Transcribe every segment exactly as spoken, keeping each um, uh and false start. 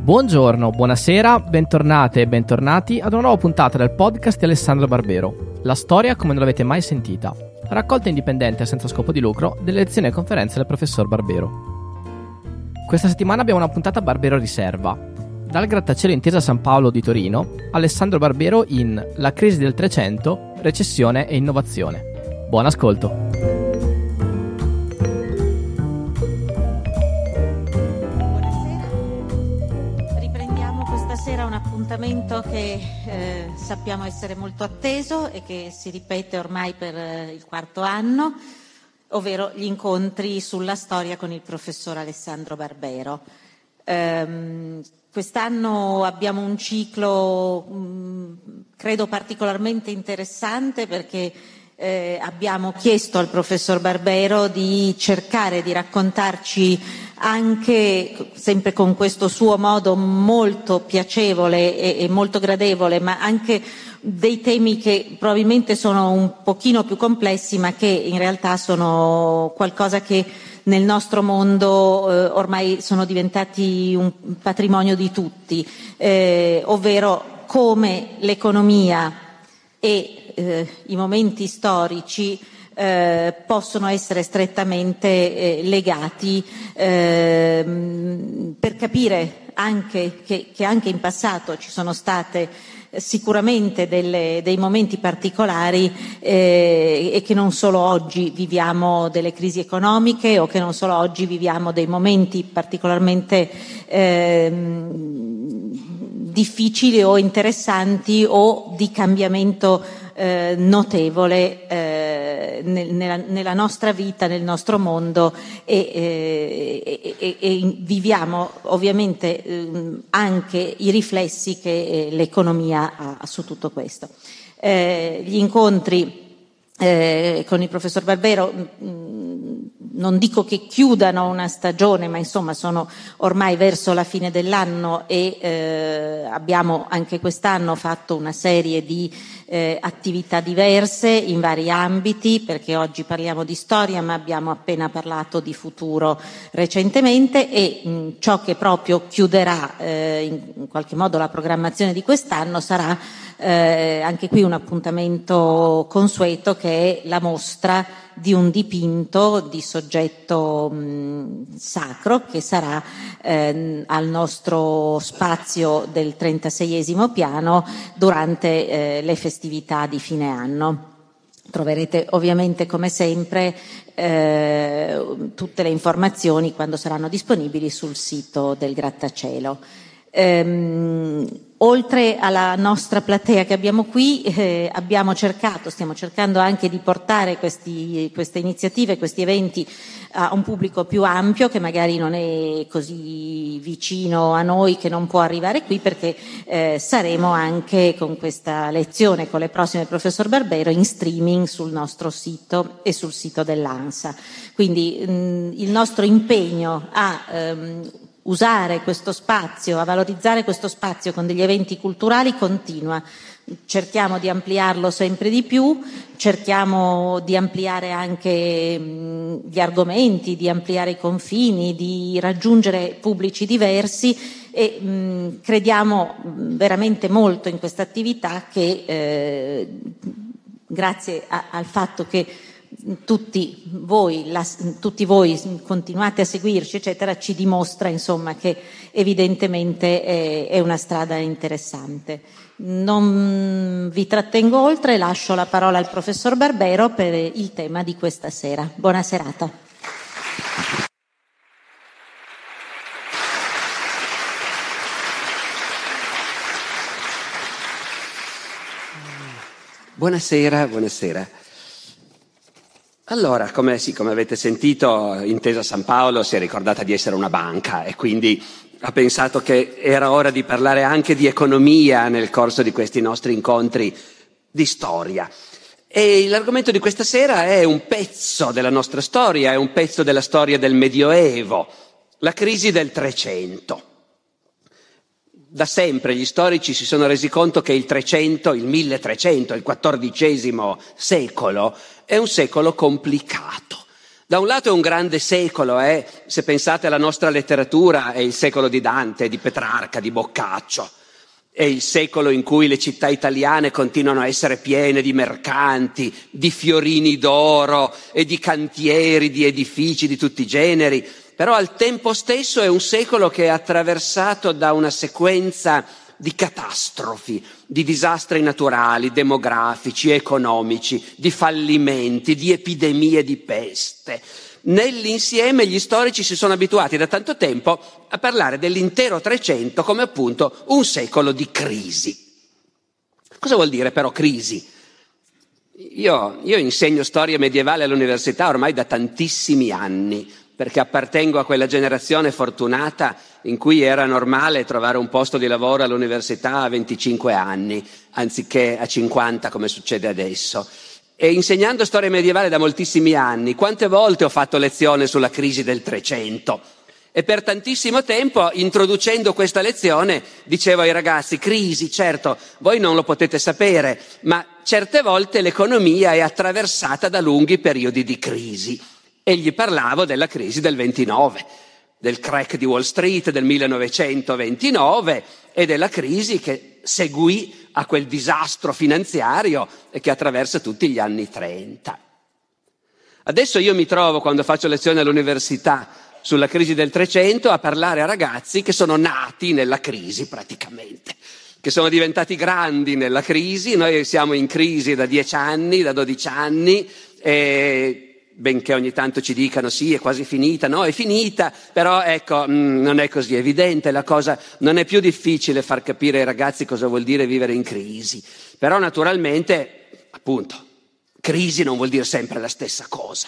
Buongiorno, buonasera, bentornate e bentornati ad una nuova puntata del podcast di Alessandro Barbero. La storia come non l'avete mai sentita. Raccolta indipendente e senza scopo di lucro delle lezioni e conferenze del professor Barbero. Questa settimana abbiamo una puntata Barbero Riserva. Dal grattacielo Intesa San Paolo di Torino, Alessandro Barbero in La crisi del Trecento, recessione e innovazione. Buon ascolto! Un appuntamento che eh, sappiamo essere molto atteso e che si ripete ormai per eh, il quarto anno, ovvero gli incontri sulla storia con il professor Alessandro Barbero. Ehm, quest'anno abbiamo un ciclo mh, credo particolarmente interessante perché eh, abbiamo chiesto al professor Barbero di cercare di raccontarci anche, sempre con questo suo modo molto piacevole e, e molto gradevole, ma anche dei temi che probabilmente sono un pochino più complessi, ma che in realtà sono qualcosa che nel nostro mondo eh, ormai sono diventati un patrimonio di tutti, eh, ovvero come l'economia e eh, i momenti storici Eh, possono essere strettamente eh, legati eh, per capire anche che, che anche in passato ci sono state eh, sicuramente delle, dei momenti particolari eh, e che non solo oggi viviamo delle crisi economiche o che non solo oggi viviamo dei momenti particolarmente eh, difficili o interessanti o di cambiamento Eh, notevole eh, nel, nella, nella nostra vita, nel nostro mondo e, eh, e, e viviamo ovviamente eh, anche i riflessi che eh, l'economia ha su tutto questo. Eh, gli incontri eh, con il professor Barbero mh, non dico che chiudano una stagione, ma insomma sono ormai verso la fine dell'anno e eh, abbiamo anche quest'anno fatto una serie di Eh, attività diverse in vari ambiti, perché oggi parliamo di storia ma abbiamo appena parlato di futuro recentemente e mh, ciò che proprio chiuderà eh, in, in qualche modo la programmazione di quest'anno sarà eh, anche qui un appuntamento consueto che è la mostra di un dipinto di soggetto mh, sacro che sarà eh, al nostro spazio del trentaseiesimo piano durante eh, le festività di fine anno. Troverete ovviamente come sempre eh, tutte le informazioni quando saranno disponibili sul sito del grattacielo. Ehm, oltre alla nostra platea che abbiamo qui eh, abbiamo cercato, stiamo cercando anche di portare questi, queste iniziative, questi eventi a un pubblico più ampio che magari non è così vicino a noi, che non può arrivare qui, perché eh, saremo anche con questa lezione, con le prossime del professor Barbero, in streaming sul nostro sito e sul sito dell'ANSA. Quindi mh, il nostro impegno a ehm, usare questo spazio, a valorizzare questo spazio con degli eventi culturali continua. Cerchiamo di ampliarlo sempre di più, cerchiamo di ampliare anche mh, gli argomenti, di ampliare i confini, di raggiungere pubblici diversi e mh, crediamo veramente molto in questa attività che eh, grazie a, al fatto che tutti voi, la, tutti voi continuate a seguirci, eccetera, ci dimostra insomma che evidentemente è, è una strada interessante. Non vi trattengo oltre, lascio la parola al professor Barbero per il tema di questa sera. Buona serata. Buonasera, buonasera. Allora, come, sì, come avete sentito, Intesa San Paolo si è ricordata di essere una banca e quindi ha pensato che era ora di parlare anche di economia nel corso di questi nostri incontri di storia. E l'argomento di questa sera è un pezzo della nostra storia, è un pezzo della storia del Medioevo, la crisi del Trecento. Da sempre gli storici si sono resi conto che il Trecento, il milletrecento, il quattordicesimo secolo è un secolo complicato. Da un lato è un grande secolo, eh? Se pensate alla nostra letteratura, è il secolo di Dante, di Petrarca, di Boccaccio. È il secolo in cui le città italiane continuano a essere piene di mercanti, di fiorini d'oro e di cantieri, di edifici di tutti i generi. Però al tempo stesso è un secolo che è attraversato da una sequenza di catastrofi, di disastri naturali, demografici, economici, di fallimenti, di epidemie di peste. Nell'insieme gli storici si sono abituati da tanto tempo a parlare dell'intero Trecento come appunto un secolo di crisi. Cosa vuol dire però crisi? Io, io insegno storia medievale all'università ormai da tantissimi anni, perché appartengo a quella generazione fortunata in cui era normale trovare un posto di lavoro all'università a venticinque anni, anziché a cinquanta come succede adesso. E insegnando storia medievale da moltissimi anni, quante volte ho fatto lezione sulla crisi del Trecento? E per tantissimo tempo, introducendo questa lezione, dicevo ai ragazzi, crisi, certo, voi non lo potete sapere, ma certe volte l'economia è attraversata da lunghi periodi di crisi. E gli parlavo della crisi del ventinove, del crack di Wall Street del millenovecentoventinove e della crisi che seguì a quel disastro finanziario e che attraversa tutti gli anni trenta. Adesso io mi trovo, quando faccio lezioni all'università sulla crisi del Trecento, a parlare a ragazzi che sono nati nella crisi praticamente, che sono diventati grandi nella crisi. Noi siamo in crisi da dieci anni, da dodici anni, e benché ogni tanto ci dicano sì, è quasi finita, no, è finita, però ecco, mh, non è così evidente la cosa, non è più difficile far capire ai ragazzi cosa vuol dire vivere in crisi, però naturalmente, appunto, crisi non vuol dire sempre la stessa cosa.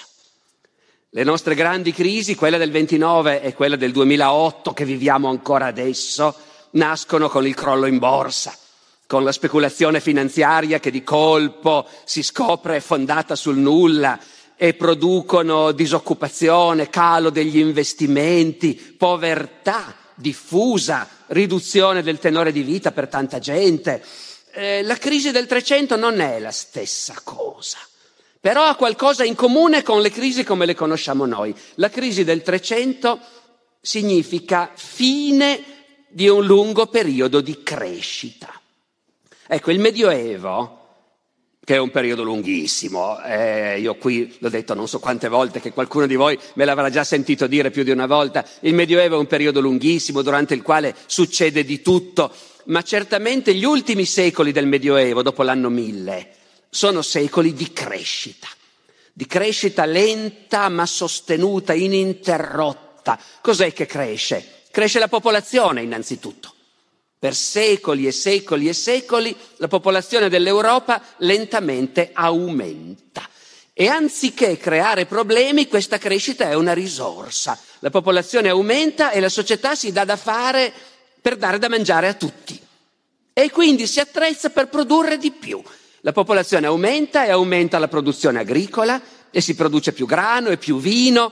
Le nostre grandi crisi, quella del ventinove e quella del duemilaotto che viviamo ancora adesso, nascono con il crollo in borsa, con la speculazione finanziaria che di colpo si scopre fondata sul nulla, e producono disoccupazione, calo degli investimenti, povertà diffusa, riduzione del tenore di vita per tanta gente. Eh, la crisi del Trecento non è la stessa cosa, però ha qualcosa in comune con le crisi come le conosciamo noi. La crisi del Trecento significa fine di un lungo periodo di crescita. Ecco, il Medioevo, che è un periodo lunghissimo, eh, io qui l'ho detto non so quante volte, che qualcuno di voi me l'avrà già sentito dire più di una volta, il Medioevo è un periodo lunghissimo durante il quale succede di tutto, ma certamente gli ultimi secoli del Medioevo, dopo l'anno mille, sono secoli di crescita, di crescita lenta ma sostenuta, ininterrotta. Cos'è che cresce? Cresce la popolazione innanzitutto. Per secoli e secoli e secoli la popolazione dell'Europa lentamente aumenta e anziché creare problemi questa crescita è una risorsa. La popolazione aumenta e la società si dà da fare per dare da mangiare a tutti e quindi si attrezza per produrre di più. La popolazione aumenta e aumenta la produzione agricola e si produce più grano e più vino.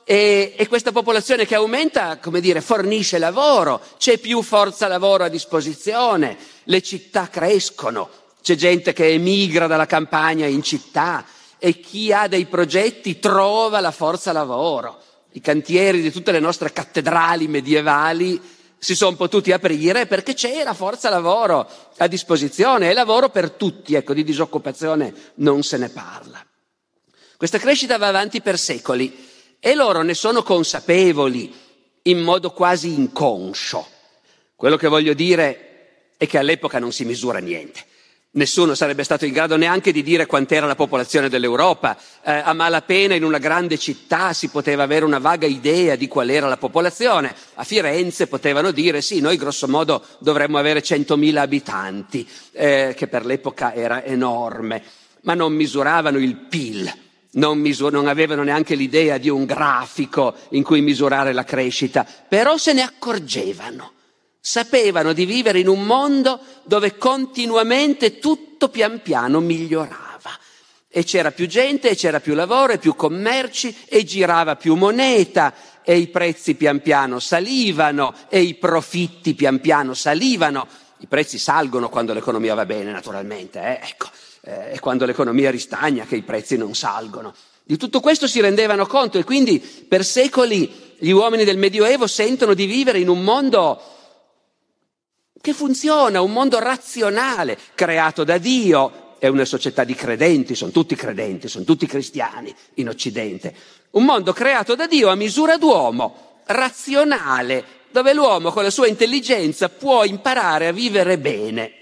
E, e questa popolazione che aumenta, come dire, fornisce lavoro, c'è più forza lavoro a disposizione, le città crescono, c'è gente che emigra dalla campagna in città e chi ha dei progetti trova la forza lavoro. I cantieri di tutte le nostre cattedrali medievali si sono potuti aprire perché c'era forza lavoro a disposizione e lavoro per tutti, ecco, di disoccupazione non se ne parla. Questa crescita va avanti per secoli. E loro ne sono consapevoli in modo quasi inconscio. Quello che voglio dire è che all'epoca non si misura niente. Nessuno sarebbe stato in grado neanche di dire quant'era la popolazione dell'Europa. Eh, a malapena in una grande città si poteva avere una vaga idea di qual era la popolazione. A Firenze potevano dire sì, noi grosso modo dovremmo avere centomila abitanti, eh, che per l'epoca era enorme, ma non misuravano il P I L. Non, misur- non avevano neanche l'idea di un grafico in cui misurare la crescita, però se ne accorgevano. Sapevano di vivere in un mondo dove continuamente tutto pian piano migliorava. E c'era più gente, e c'era più lavoro, e più commerci, e girava più moneta, e i prezzi pian piano salivano, e i profitti pian piano salivano. I prezzi salgono quando l'economia va bene, naturalmente, eh? Ecco. È quando l'economia ristagna che i prezzi non salgono. Di tutto questo si rendevano conto e quindi per secoli gli uomini del Medioevo sentono di vivere in un mondo che funziona, un mondo razionale, creato da Dio. È una società di credenti, sono tutti credenti, sono tutti cristiani in Occidente. Un mondo creato da Dio a misura d'uomo, razionale, dove l'uomo con la sua intelligenza può imparare a vivere bene.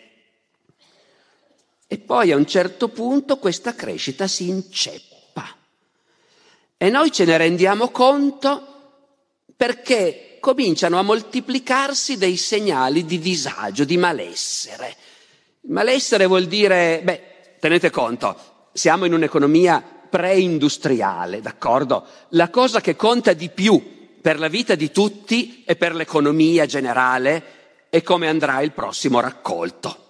E poi a un certo punto questa crescita si inceppa. E noi ce ne rendiamo conto perché cominciano a moltiplicarsi dei segnali di disagio, di malessere. Malessere vuol dire, beh, tenete conto, siamo in un'economia preindustriale, d'accordo? La cosa che conta di più per la vita di tutti e per l'economia generale è come andrà il prossimo raccolto.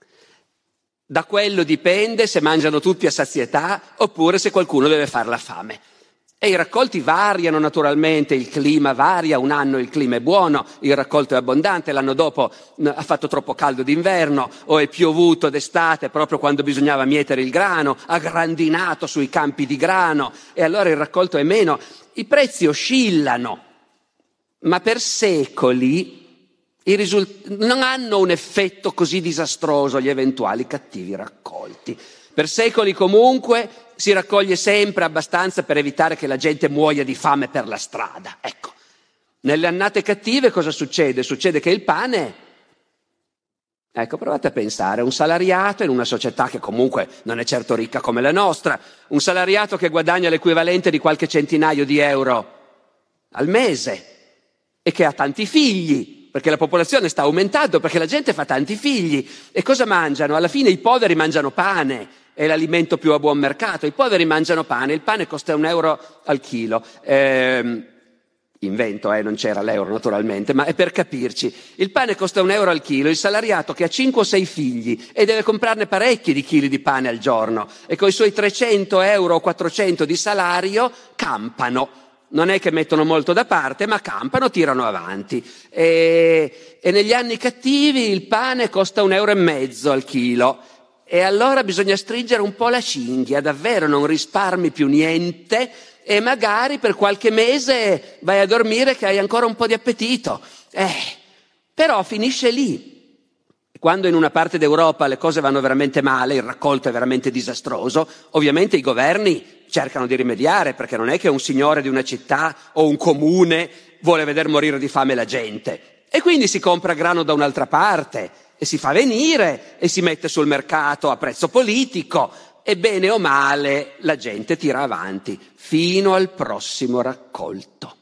Da quello dipende se mangiano tutti a sazietà oppure se qualcuno deve fare la fame. E i raccolti variano naturalmente, il clima varia, un anno il clima è buono, il raccolto è abbondante, l'anno dopo ha fatto troppo caldo d'inverno o è piovuto d'estate proprio quando bisognava mietere il grano, ha grandinato sui campi di grano e allora il raccolto è meno. I prezzi oscillano, ma per secoli i risult- non hanno un effetto così disastroso gli eventuali cattivi raccolti. Per secoli comunque si raccoglie sempre abbastanza per evitare che la gente muoia di fame per la strada. Ecco, nelle annate cattive cosa succede? Succede che il pane, ecco, provate a pensare, un salariato in una società che comunque non è certo ricca come la nostra, un salariato che guadagna l'equivalente di qualche centinaio di euro al mese e che ha tanti figli, perché la popolazione sta aumentando, perché la gente fa tanti figli. E cosa mangiano? Alla fine i poveri mangiano pane, è l'alimento più a buon mercato. I poveri mangiano pane, il pane costa un euro al chilo. Eh, invento, eh, non c'era l'euro naturalmente, ma è per capirci. Il pane costa un euro al chilo, il salariato che ha cinque o sei figli e deve comprarne parecchi di chili di pane al giorno e con i suoi trecento euro o quattrocento di salario campano. Non è che mettono molto da parte, ma campano, tirano avanti. E, e negli anni cattivi il pane costa un euro e mezzo al chilo. E allora bisogna stringere un po' la cinghia, davvero non risparmi più niente e magari per qualche mese vai a dormire che hai ancora un po' di appetito. Eh, però finisce lì. Quando in una parte d'Europa le cose vanno veramente male, il raccolto è veramente disastroso, ovviamente i governi cercano di rimediare, perché non è che un signore di una città o un comune vuole veder morire di fame la gente. E quindi si compra grano da un'altra parte e si fa venire e si mette sul mercato a prezzo politico e bene o male la gente tira avanti fino al prossimo raccolto.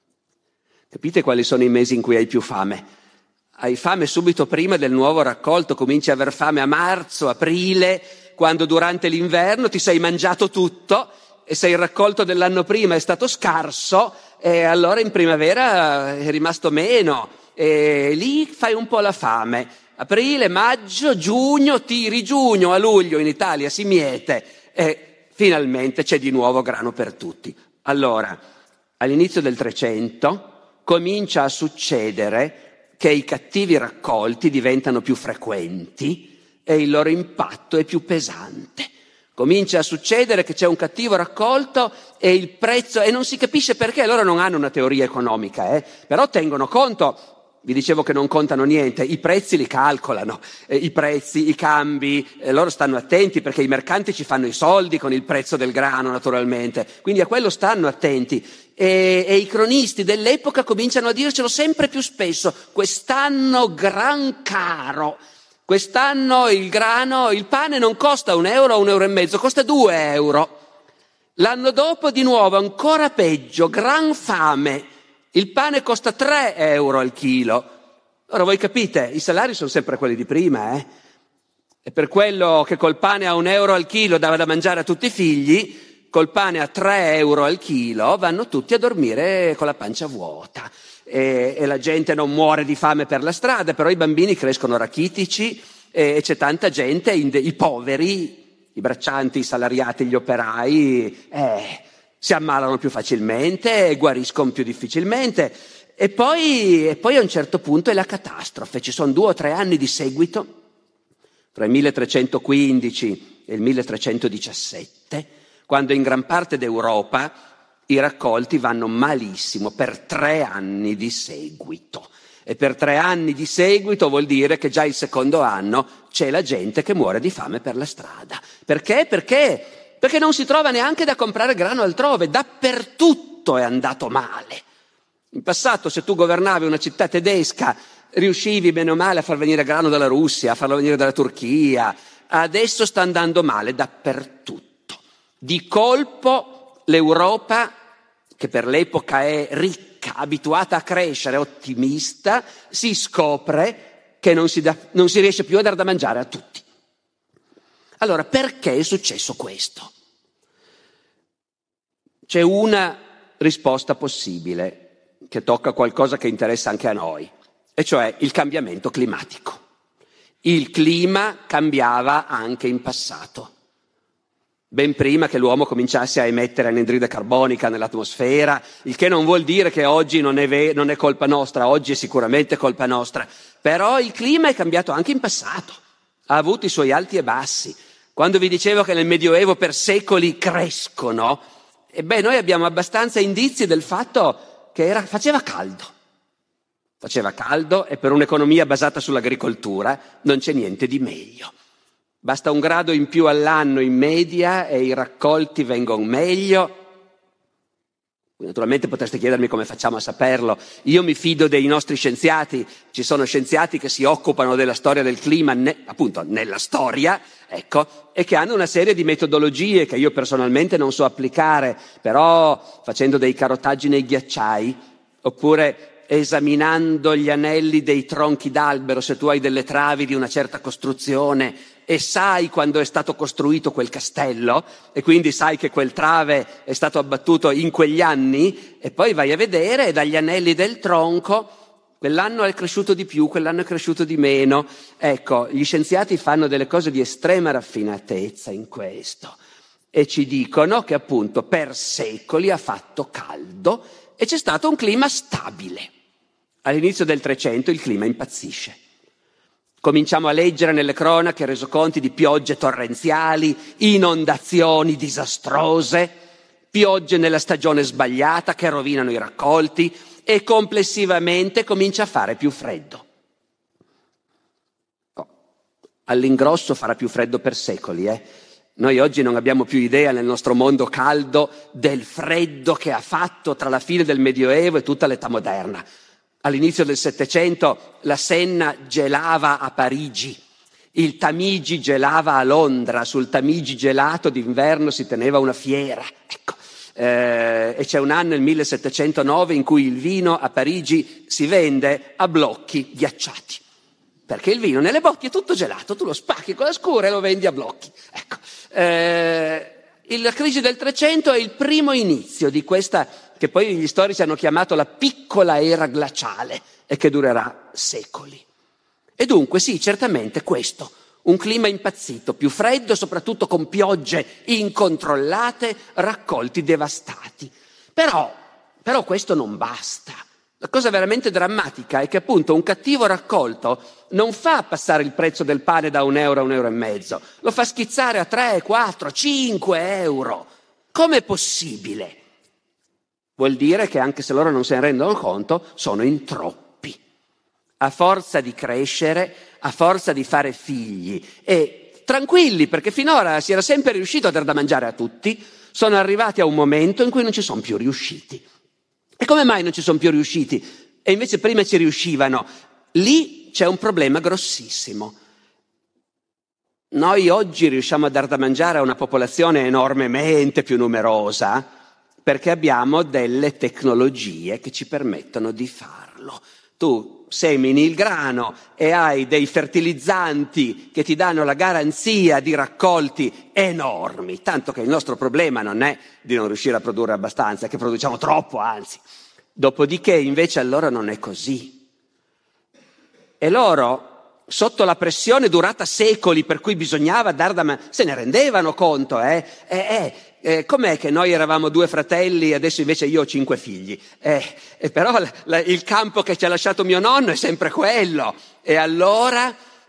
Capite quali sono i mesi in cui hai più fame? Hai fame subito prima del nuovo raccolto, cominci a aver fame a marzo, aprile, quando durante l'inverno ti sei mangiato tutto e se il raccolto dell'anno prima è stato scarso, e allora in primavera è rimasto meno e lì fai un po' la fame. Aprile, maggio, giugno, tiri giugno, a luglio in Italia si miete e finalmente c'è di nuovo grano per tutti. Allora, all'inizio del Trecento comincia a succedere che i cattivi raccolti diventano più frequenti e il loro impatto è più pesante. Comincia a succedere che c'è un cattivo raccolto e il prezzo, e non si capisce perché, loro non hanno una teoria economica, eh, però tengono conto. Vi dicevo che non contano niente, i prezzi li calcolano, eh, i prezzi, i cambi, eh, loro stanno attenti perché i mercanti ci fanno i soldi con il prezzo del grano naturalmente, quindi a quello stanno attenti e, e i cronisti dell'epoca cominciano a dircelo sempre più spesso, quest'anno gran caro, quest'anno il grano, il pane non costa un euro o un euro e mezzo, costa due euro, l'anno dopo di nuovo ancora peggio, gran fame. Il pane costa tre euro al chilo. Ora voi capite, i salari sono sempre quelli di prima, eh? E per quello che col pane a un euro al chilo dava da mangiare a tutti i figli, col pane a tre euro al chilo vanno tutti a dormire con la pancia vuota. E, e la gente non muore di fame per la strada, però i bambini crescono rachitici e, e c'è tanta gente, i poveri, i braccianti, i salariati, gli operai, eh... si ammalano più facilmente e guariscono più difficilmente e poi, e poi a un certo punto è la catastrofe, ci sono due o tre anni di seguito tra il milletrecentoquindici e il milletrecentodiciassette quando in gran parte d'Europa i raccolti vanno malissimo per tre anni di seguito. E per tre anni di seguito vuol dire che già il secondo anno c'è la gente che muore di fame per la strada. Perché? Perché? Perché non si trova neanche da comprare grano altrove, dappertutto è andato male. In passato, se tu governavi una città tedesca, riuscivi bene o male a far venire grano dalla Russia, a farlo venire dalla Turchia. Adesso sta andando male dappertutto. Di colpo l'Europa, che per l'epoca è ricca, abituata a crescere, ottimista, si scopre che non si, da, non si riesce più a dar da mangiare a tutti. Allora, perché è successo questo? C'è una risposta possibile che tocca qualcosa che interessa anche a noi, e cioè il cambiamento climatico. Il clima cambiava anche in passato. Ben prima che l'uomo cominciasse a emettere anidride carbonica nell'atmosfera, il che non vuol dire che oggi non è, ve- non è colpa nostra, oggi è sicuramente colpa nostra, però il clima è cambiato anche in passato, ha avuto i suoi alti e bassi. Quando vi dicevo che nel Medioevo per secoli crescono, e beh, noi abbiamo abbastanza indizi del fatto che era, faceva caldo. Faceva caldo e per un'economia basata sull'agricoltura non c'è niente di meglio. Basta un grado in più all'anno in media e i raccolti vengono meglio. Naturalmente potreste chiedermi come facciamo a saperlo. Io mi fido dei nostri scienziati. Ci sono scienziati che si occupano della storia del clima, ne, appunto nella storia, ecco, e che hanno una serie di metodologie che io personalmente non so applicare, però facendo dei carotaggi nei ghiacciai, oppure esaminando gli anelli dei tronchi d'albero, se tu hai delle travi di una certa costruzione e sai quando è stato costruito quel castello e quindi sai che quel trave è stato abbattuto in quegli anni, e poi vai a vedere dagli anelli del tronco quell'anno è cresciuto di più, quell'anno è cresciuto di meno. Ecco, gli scienziati fanno delle cose di estrema raffinatezza in questo e ci dicono che appunto per secoli ha fatto caldo e c'è stato un clima stabile. All'inizio del Trecento il clima impazzisce. Cominciamo a leggere nelle cronache resoconti di piogge torrenziali, inondazioni disastrose, piogge nella stagione sbagliata che rovinano i raccolti e complessivamente comincia a fare più freddo. Oh, all'ingrosso farà più freddo per secoli, eh? Noi oggi non abbiamo più idea nel nostro mondo caldo del freddo che ha fatto tra la fine del Medioevo e tutta l'età moderna. All'inizio del Settecento la Senna gelava a Parigi, il Tamigi gelava a Londra, sul Tamigi gelato d'inverno si teneva una fiera. Ecco. Eh, e c'è un anno, il millesettecentonove, in cui il vino a Parigi si vende a blocchi ghiacciati. Perché il vino nelle bottiglie è tutto gelato, tu lo spacchi con la scura e lo vendi a blocchi. Ecco. Eh, la crisi del Trecento è il primo inizio di questa che poi gli storici hanno chiamato la piccola era glaciale e che durerà secoli. E dunque sì, certamente questo, un clima impazzito, più freddo, soprattutto con piogge incontrollate, raccolti devastati. Però, però questo non basta. La cosa veramente drammatica è che appunto un cattivo raccolto non fa passare il prezzo del pane da un euro a un euro e mezzo, lo fa schizzare a tre, quattro, cinque euro. Com'è possibile? Vuol dire che anche se loro non se ne rendono conto, sono in troppi. A forza di crescere, a forza di fare figli e tranquilli, perché finora si era sempre riuscito a dar da mangiare a tutti, sono arrivati a un momento in cui non ci sono più riusciti. E come mai non ci sono più riusciti? E invece prima ci riuscivano. Lì c'è un problema grossissimo. Noi oggi riusciamo a dar da mangiare a una popolazione enormemente più numerosa perché abbiamo delle tecnologie che ci permettono di farlo. Tu semini il grano e hai dei fertilizzanti che ti danno la garanzia di raccolti enormi, tanto che il nostro problema non è di non riuscire a produrre abbastanza, è che produciamo troppo, anzi. Dopodiché invece allora non è così. E loro, sotto la pressione durata secoli per cui bisognava dar da mangiare, se ne rendevano conto, eh? Eh, eh, eh, com'è che noi eravamo due fratelli e adesso invece io ho cinque figli? Eh, eh, però la, la, il campo che ci ha lasciato mio nonno è sempre quello. E allora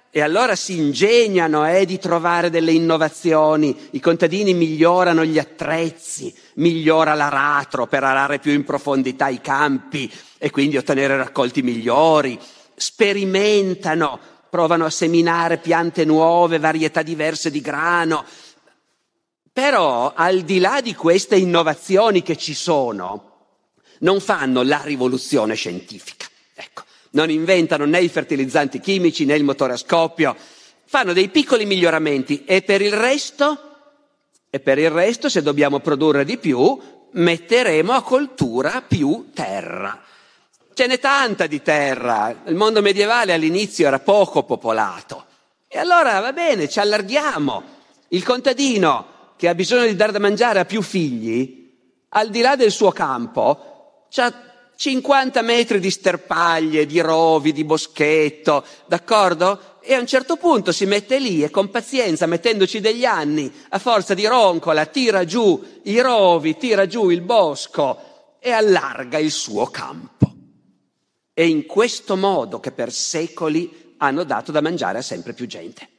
E allora si ingegnano eh, di trovare delle innovazioni, i contadini migliorano gli attrezzi, migliora l'aratro per arare più in profondità i campi e quindi ottenere raccolti migliori, sperimentano, provano a seminare piante nuove, varietà diverse di grano. Però al di là di queste innovazioni che ci sono, non fanno la rivoluzione scientifica, ecco. Non inventano né i fertilizzanti chimici né il motore a scoppio, fanno dei piccoli miglioramenti e per il resto, e per il resto se dobbiamo produrre di più, metteremo a coltura più terra. Ce n'è tanta di terra, il mondo medievale all'inizio era poco popolato. E allora va bene, ci allarghiamo. Il contadino che ha bisogno di dar da mangiare a più figli, al di là del suo campo, c'ha cinquanta metri di sterpaglie, di rovi, di boschetto, d'accordo? E a un certo punto si mette lì e con pazienza, mettendoci degli anni, a forza di roncola, tira giù i rovi, tira giù il bosco e allarga il suo campo. È in questo modo che per secoli hanno dato da mangiare a sempre più gente.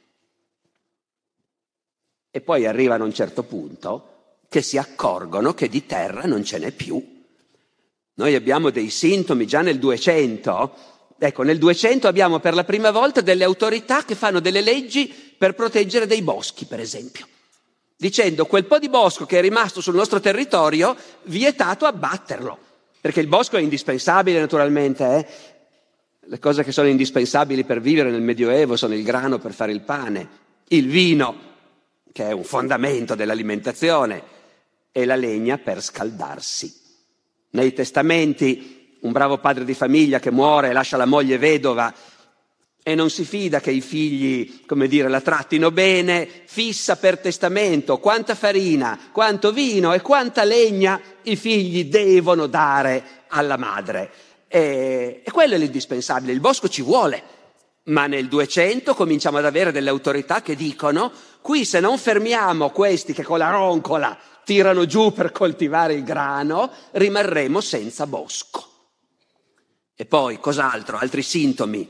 E poi arrivano a un certo punto che si accorgono che di terra non ce n'è più. Noi abbiamo dei sintomi già nel duecento, ecco, nel duecento abbiamo per la prima volta delle autorità che fanno delle leggi per proteggere dei boschi, per esempio, dicendo quel po' di bosco che è rimasto sul nostro territorio, vietato abbatterlo, perché il bosco è indispensabile naturalmente, eh? Le cose che sono indispensabili per vivere nel Medioevo sono il grano per fare il pane, il vino, che è un fondamento dell'alimentazione, e la legna per scaldarsi. Nei testamenti un bravo padre di famiglia che muore e lascia la moglie vedova e non si fida che i figli, come dire, la trattino bene, fissa per testamento quanta farina, quanto vino e quanta legna i figli devono dare alla madre. E, e quello è l'indispensabile, il bosco ci vuole. Ma nel duecento cominciamo ad avere delle autorità che dicono: qui se non fermiamo questi che con la roncola tirano giù per coltivare il grano, rimarremo senza bosco. E poi, cos'altro? Altri sintomi.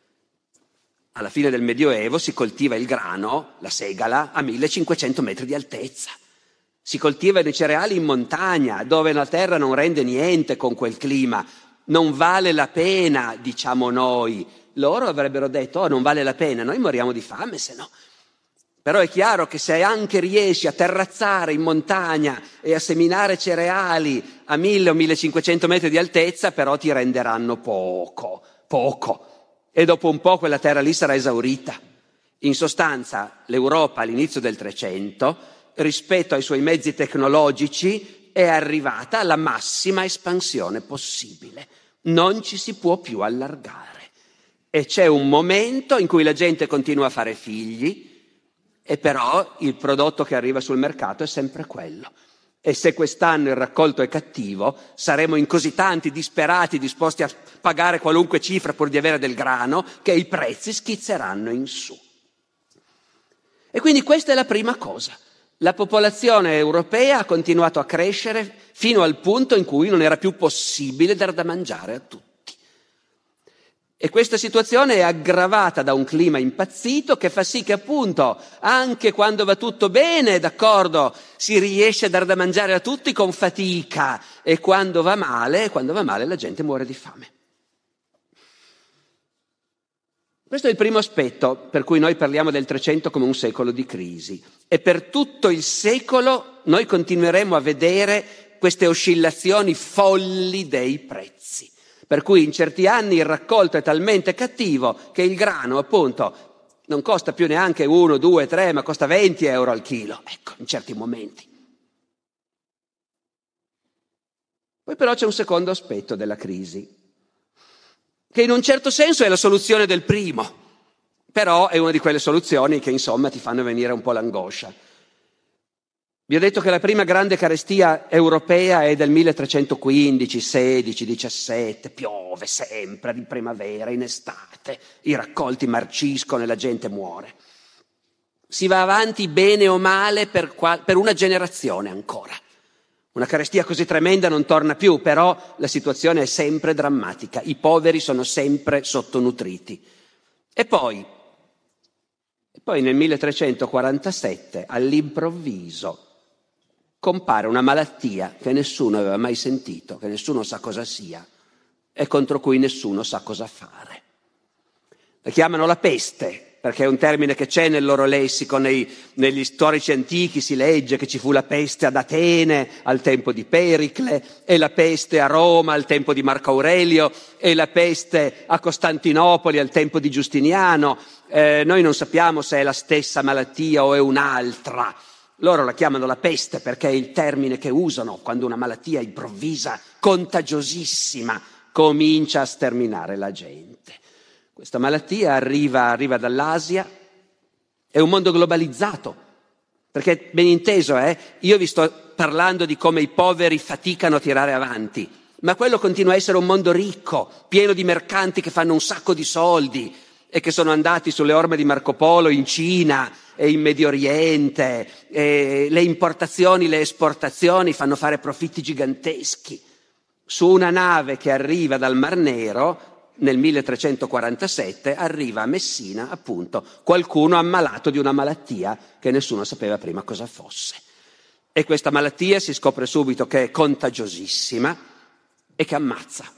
Alla fine del Medioevo si coltiva il grano, la segala, a millecinquecento metri di altezza. Si coltivano i cereali in montagna, dove la terra non rende niente con quel clima. Non vale la pena, diciamo noi. Loro avrebbero detto: oh, non vale la pena, noi moriamo di fame se no. Però è chiaro che se anche riesci a terrazzare in montagna e a seminare cereali a mille o millecinquecento metri di altezza, però ti renderanno poco, poco. E dopo un po' quella terra lì sarà esaurita. In sostanza, l'Europa all'inizio del Trecento, rispetto ai suoi mezzi tecnologici, è arrivata alla massima espansione possibile. Non ci si può più allargare. E c'è un momento in cui la gente continua a fare figli, e però il prodotto che arriva sul mercato è sempre quello. E se quest'anno il raccolto è cattivo, saremo in così tanti disperati, disposti a pagare qualunque cifra pur di avere del grano, che i prezzi schizzeranno in su. E quindi questa è la prima cosa. La popolazione europea ha continuato a crescere fino al punto in cui non era più possibile dar da mangiare a tutti. E questa situazione è aggravata da un clima impazzito che fa sì che appunto, anche quando va tutto bene, d'accordo, si riesce a dar da mangiare a tutti con fatica, e quando va male, quando va male la gente muore di fame. Questo è il primo aspetto per cui noi parliamo del Trecento come un secolo di crisi. E per tutto il secolo noi continueremo a vedere queste oscillazioni folli dei prezzi. Per cui in certi anni il raccolto è talmente cattivo che il grano, appunto, non costa più neanche uno, due, tre, ma costa venti euro al chilo. Ecco, in certi momenti. Poi però c'è un secondo aspetto della crisi, che in un certo senso è la soluzione del primo, però è una di quelle soluzioni che insomma ti fanno venire un po' l'angoscia. Vi ho detto che la prima grande carestia europea è del milletrecentoquindici, sedici, diciassette, piove sempre in primavera, in estate, i raccolti marciscono e la gente muore. Si va avanti bene o male per, qua, per una generazione ancora. Una carestia così tremenda non torna più, però la situazione è sempre drammatica, i poveri sono sempre sottonutriti. E poi, E poi nel milletrecentoquarantasette, all'improvviso, compare una malattia che nessuno aveva mai sentito, che nessuno sa cosa sia e contro cui nessuno sa cosa fare. La chiamano la peste, perché è un termine che c'è nel loro lessico, nei, negli storici antichi si legge che ci fu la peste ad Atene al tempo di Pericle, e la peste a Roma al tempo di Marco Aurelio, e la peste a Costantinopoli al tempo di Giustiniano. Eh, noi non sappiamo se è la stessa malattia o è un'altra. Loro la chiamano la peste perché è il termine che usano quando una malattia improvvisa, contagiosissima, comincia a sterminare la gente. Questa malattia arriva, arriva dall'Asia, è un mondo globalizzato, perché ben inteso, eh, io vi sto parlando di come i poveri faticano a tirare avanti, ma quello continua a essere un mondo ricco, pieno di mercanti che fanno un sacco di soldi e che sono andati sulle orme di Marco Polo in Cina e in Medio Oriente, e le importazioni, le esportazioni fanno fare profitti giganteschi. Su una nave che arriva dal Mar Nero, nel milletrecentoquarantasette, arriva a Messina, appunto, qualcuno ammalato di una malattia che nessuno sapeva prima cosa fosse. E questa malattia si scopre subito che è contagiosissima e che ammazza.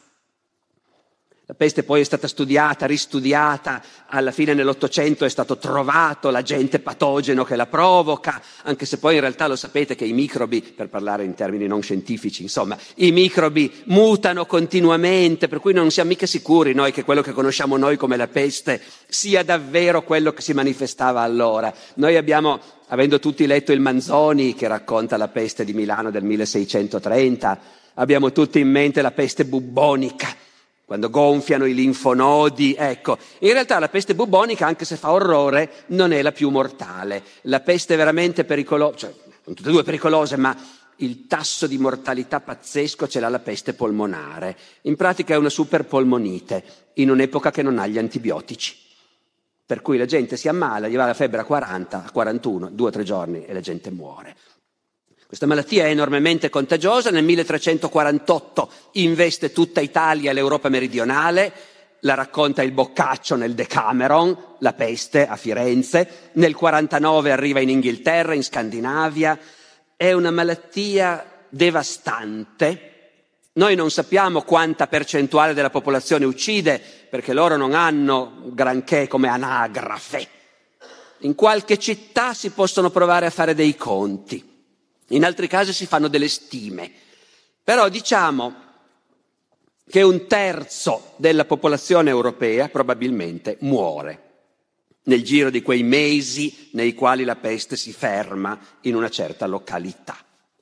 La peste poi è stata studiata, ristudiata, alla fine nell'Ottocento è stato trovato l'agente patogeno che la provoca, anche se poi in realtà lo sapete che i microbi, per parlare in termini non scientifici, insomma, i microbi mutano continuamente, per cui non siamo mica sicuri noi che quello che conosciamo noi come la peste sia davvero quello che si manifestava allora. Noi abbiamo, avendo tutti letto il Manzoni che racconta la peste di Milano del milleseicentotrenta, abbiamo tutti in mente la peste bubbonica, quando gonfiano i linfonodi, ecco. In realtà la peste bubbonica, anche se fa orrore, non è la più mortale. La peste veramente pericolosa, cioè, sono tutte e due pericolose, ma il tasso di mortalità pazzesco ce l'ha la peste polmonare. In pratica è una superpolmonite, in un'epoca che non ha gli antibiotici. Per cui la gente si ammala, gli va la febbre a quaranta, a quarantuno, due o tre giorni e la gente muore. Questa malattia è enormemente contagiosa, nel milletrecentoquarantotto investe tutta Italia e l'Europa meridionale, la racconta il Boccaccio nel Decameron, la peste a Firenze, nel quarantanove arriva in Inghilterra, in Scandinavia, è una malattia devastante. Noi non sappiamo quanta percentuale della popolazione uccide, perché loro non hanno granché come anagrafe. In qualche città si possono provare a fare dei conti. In altri casi si fanno delle stime, però diciamo che un terzo della popolazione europea probabilmente muore nel giro di quei mesi nei quali la peste si ferma in una certa località.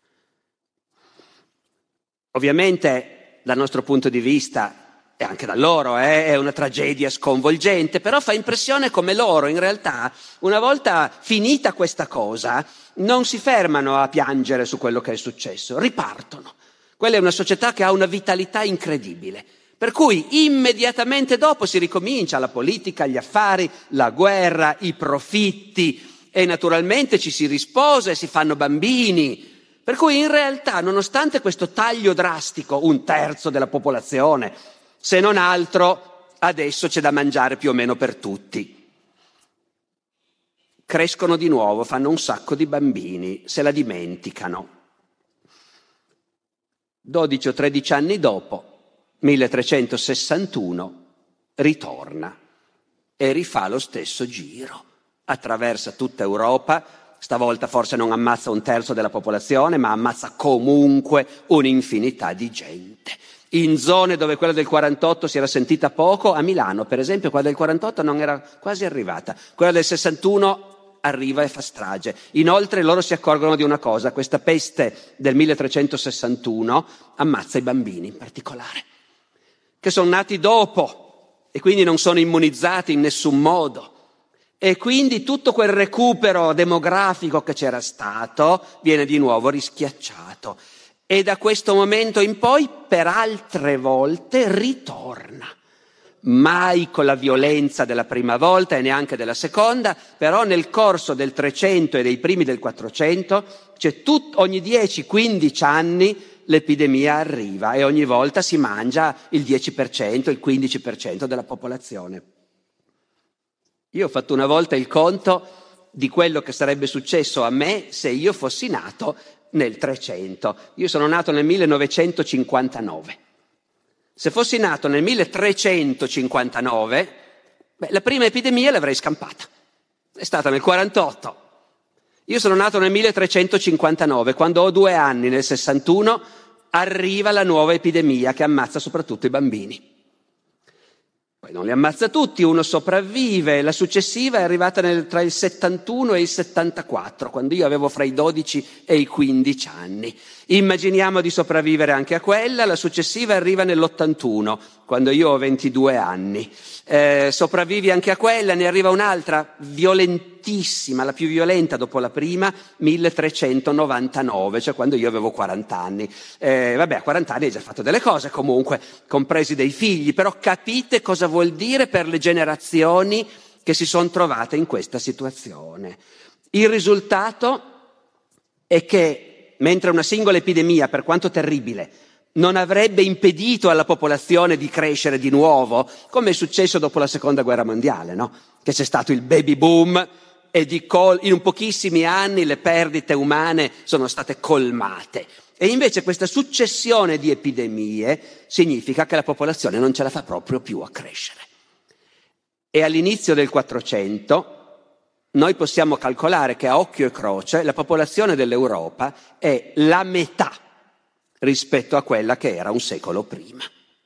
Ovviamente dal nostro punto di vista e anche da loro eh, è una tragedia sconvolgente, però fa impressione come loro in realtà, una volta finita questa cosa, non si fermano a piangere su quello che è successo, ripartono. Quella è una società che ha una vitalità incredibile, per cui immediatamente dopo si ricomincia la politica, gli affari, la guerra, i profitti e naturalmente ci si risposa e si fanno bambini. Per cui in realtà, nonostante questo taglio drastico, un terzo della popolazione, se non altro, adesso c'è da mangiare più o meno per tutti. Crescono di nuovo, fanno un sacco di bambini, se la dimenticano. dodici o tredici anni dopo, milletrecentosessantuno, ritorna e rifà lo stesso giro. Attraversa tutta Europa, stavolta forse non ammazza un terzo della popolazione, ma ammazza comunque un'infinità di gente. In zone dove quella del quarantotto si era sentita poco, a Milano per esempio, quella del quarantotto non era quasi arrivata, quella del sessantuno arriva e fa strage. Inoltre loro si accorgono di una cosa: questa peste del milletrecentosessantuno ammazza i bambini in particolare, che sono nati dopo e quindi non sono immunizzati in nessun modo. E quindi tutto quel recupero demografico che c'era stato viene di nuovo rischiacciato. E da questo momento in poi, per altre volte, ritorna. Mai con la violenza della prima volta e neanche della seconda, però nel corso del trecento e dei primi del quattrocento, c'è tut, ogni dieci quindici anni l'epidemia arriva e ogni volta si mangia il dieci per cento, il quindici per cento della popolazione. Io ho fatto una volta il conto di quello che sarebbe successo a me se io fossi nato nel trecento. Io sono nato nel millenovecentocinquantanove. Se fossi nato nel milletrecentocinquantanove, beh, la prima epidemia l'avrei scampata. È stata nel quarantotto. Io sono nato nel milletrecentocinquantanove, quando ho due anni, nel sessantuno, arriva la nuova epidemia che ammazza soprattutto i bambini. Poi non li ammazza tutti, uno sopravvive. La successiva è arrivata nel, tra il settantuno e il settantaquattro, quando io avevo fra i dodici e i quindici anni. Immaginiamo di sopravvivere anche a quella. La successiva arriva nell'ottantuno, quando io ho ventidue anni. Eh, sopravvivi anche a quella, ne arriva un'altra violentissima, la più violenta dopo la prima, milletrecentonovantanove, cioè quando io avevo quaranta anni. Eh, vabbè, a quaranta anni hai già fatto delle cose comunque, compresi dei figli, però capite cosa vuol dire per le generazioni che si sono trovate in questa situazione. Il risultato è che, mentre una singola epidemia, per quanto terribile, non avrebbe impedito alla popolazione di crescere di nuovo, come è successo dopo la seconda guerra mondiale, no? Che c'è stato il baby boom e di col- in un pochissimi anni le perdite umane sono state colmate. E invece questa successione di epidemie significa che la popolazione non ce la fa proprio più a crescere. E all'inizio del quattrocento noi possiamo calcolare che a occhio e croce la popolazione dell'Europa è la metà rispetto a quella che era un secolo prima.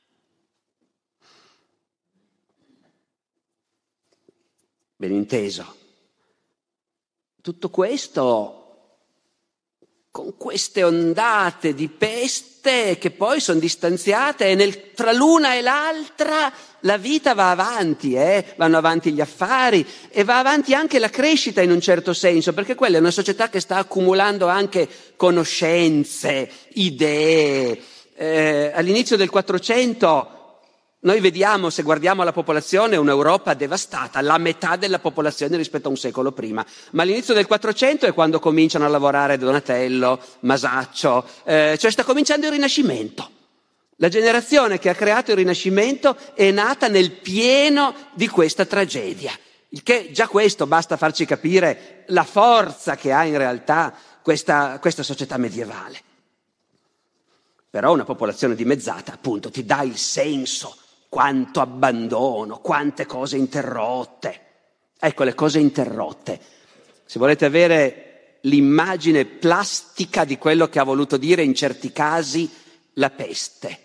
Ben inteso. Tutto questo con queste ondate di peste che poi sono distanziate e nel, tra l'una e l'altra la vita va avanti, eh? Vanno avanti gli affari e va avanti anche la crescita in un certo senso, perché quella è una società che sta accumulando anche conoscenze, idee. Eh, all'inizio del Quattrocento noi vediamo, se guardiamo la popolazione, un'Europa devastata, la metà della popolazione rispetto a un secolo prima. Ma all'inizio del Quattrocento è quando cominciano a lavorare Donatello, Masaccio, eh, cioè sta cominciando il Rinascimento. La generazione che ha creato il Rinascimento è nata nel pieno di questa tragedia. Il che già questo basta farci capire la forza che ha in realtà questa, questa società medievale. Però una popolazione dimezzata, appunto, ti dà il senso. Quanto abbandono, quante cose interrotte. Ecco, le cose interrotte. Se volete avere l'immagine plastica di quello che ha voluto dire in certi casi la peste.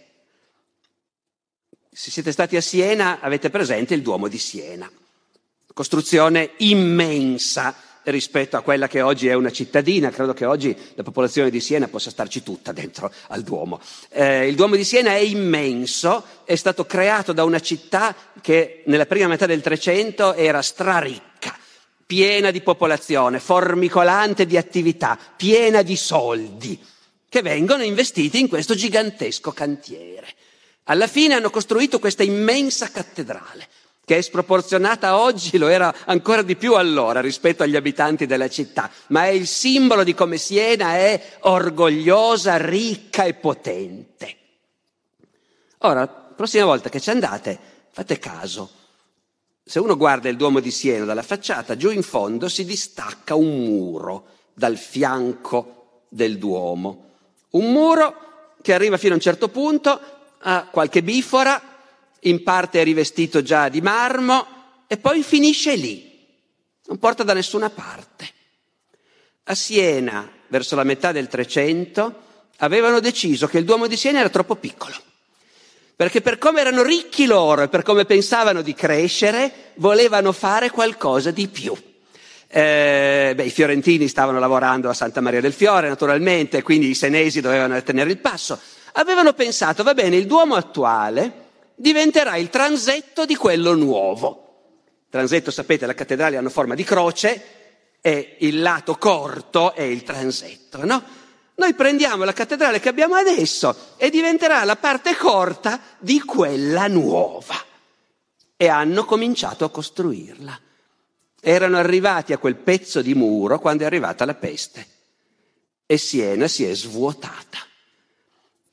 Se siete stati a Siena avete presente il Duomo di Siena. Costruzione immensa rispetto a quella che oggi è una cittadina. Credo che oggi la popolazione di Siena possa starci tutta dentro al Duomo. Eh, il Duomo di Siena è immenso, è stato creato da una città che nella prima metà del Trecento era straricca, piena di popolazione, formicolante di attività, piena di soldi, che vengono investiti in questo gigantesco cantiere. Alla fine hanno costruito questa immensa cattedrale, che è sproporzionata oggi, lo era ancora di più allora rispetto agli abitanti della città, ma è il simbolo di come Siena è orgogliosa, ricca e potente. Ora, la prossima volta che ci andate, fate caso. Se uno guarda il Duomo di Siena dalla facciata, giù in fondo si distacca un muro dal fianco del Duomo. Un muro che arriva fino a un certo punto, ha qualche bifora, in parte è rivestito già di marmo e poi finisce lì, non porta da nessuna parte. A Siena, verso la metà del Trecento, avevano deciso che il Duomo di Siena era troppo piccolo, perché per come erano ricchi loro e per come pensavano di crescere, volevano fare qualcosa di più. Eh, beh, i fiorentini stavano lavorando a Santa Maria del Fiore, naturalmente, quindi i senesi dovevano tenere il passo. Avevano pensato, va bene, il Duomo attuale diventerà il transetto di quello nuovo. Il transetto, sapete, le cattedrali hanno forma di croce e il lato corto è il transetto, no? Noi prendiamo la cattedrale che abbiamo adesso e diventerà la parte corta di quella nuova. E hanno cominciato a costruirla. Erano arrivati a quel pezzo di muro quando è arrivata la peste e Siena si è svuotata.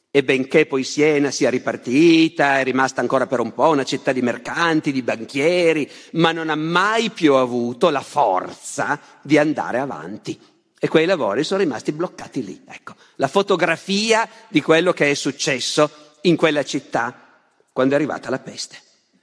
E benché poi Siena sia ripartita, è rimasta ancora per un po' una città di mercanti, di banchieri, ma non ha mai più avuto la forza di andare avanti. E quei lavori sono rimasti bloccati lì. Ecco, la fotografia di quello che è successo in quella città quando è arrivata la peste.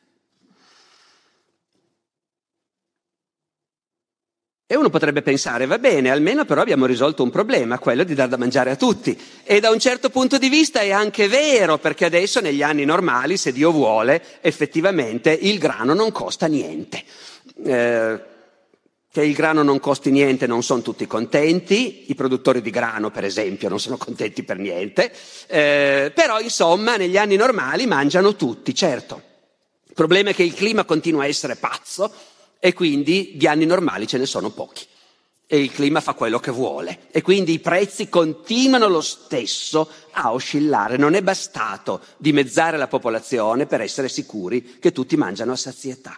E uno potrebbe pensare, va bene, almeno però abbiamo risolto un problema, quello di dar da mangiare a tutti. E da un certo punto di vista è anche vero, perché adesso negli anni normali, se Dio vuole, effettivamente il grano non costa niente. Eh, che il grano non costi niente non sono tutti contenti, i produttori di grano per esempio non sono contenti per niente, eh, però insomma negli anni normali mangiano tutti, certo. Il problema è che il clima continua a essere pazzo, e quindi di anni normali ce ne sono pochi e il clima fa quello che vuole e quindi i prezzi continuano lo stesso a oscillare. Non è bastato dimezzare la popolazione per essere sicuri che tutti mangiano a sazietà.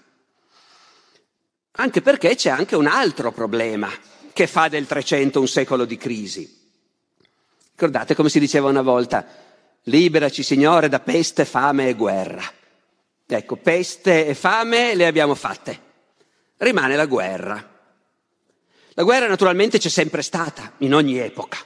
Anche perché c'è anche un altro problema che fa del Trecento un secolo di crisi. Ricordate come si diceva una volta: liberaci Signore da peste, fame e guerra. Ecco, peste e fame le abbiamo fatte. Rimane la guerra. La guerra naturalmente c'è sempre stata, in ogni epoca.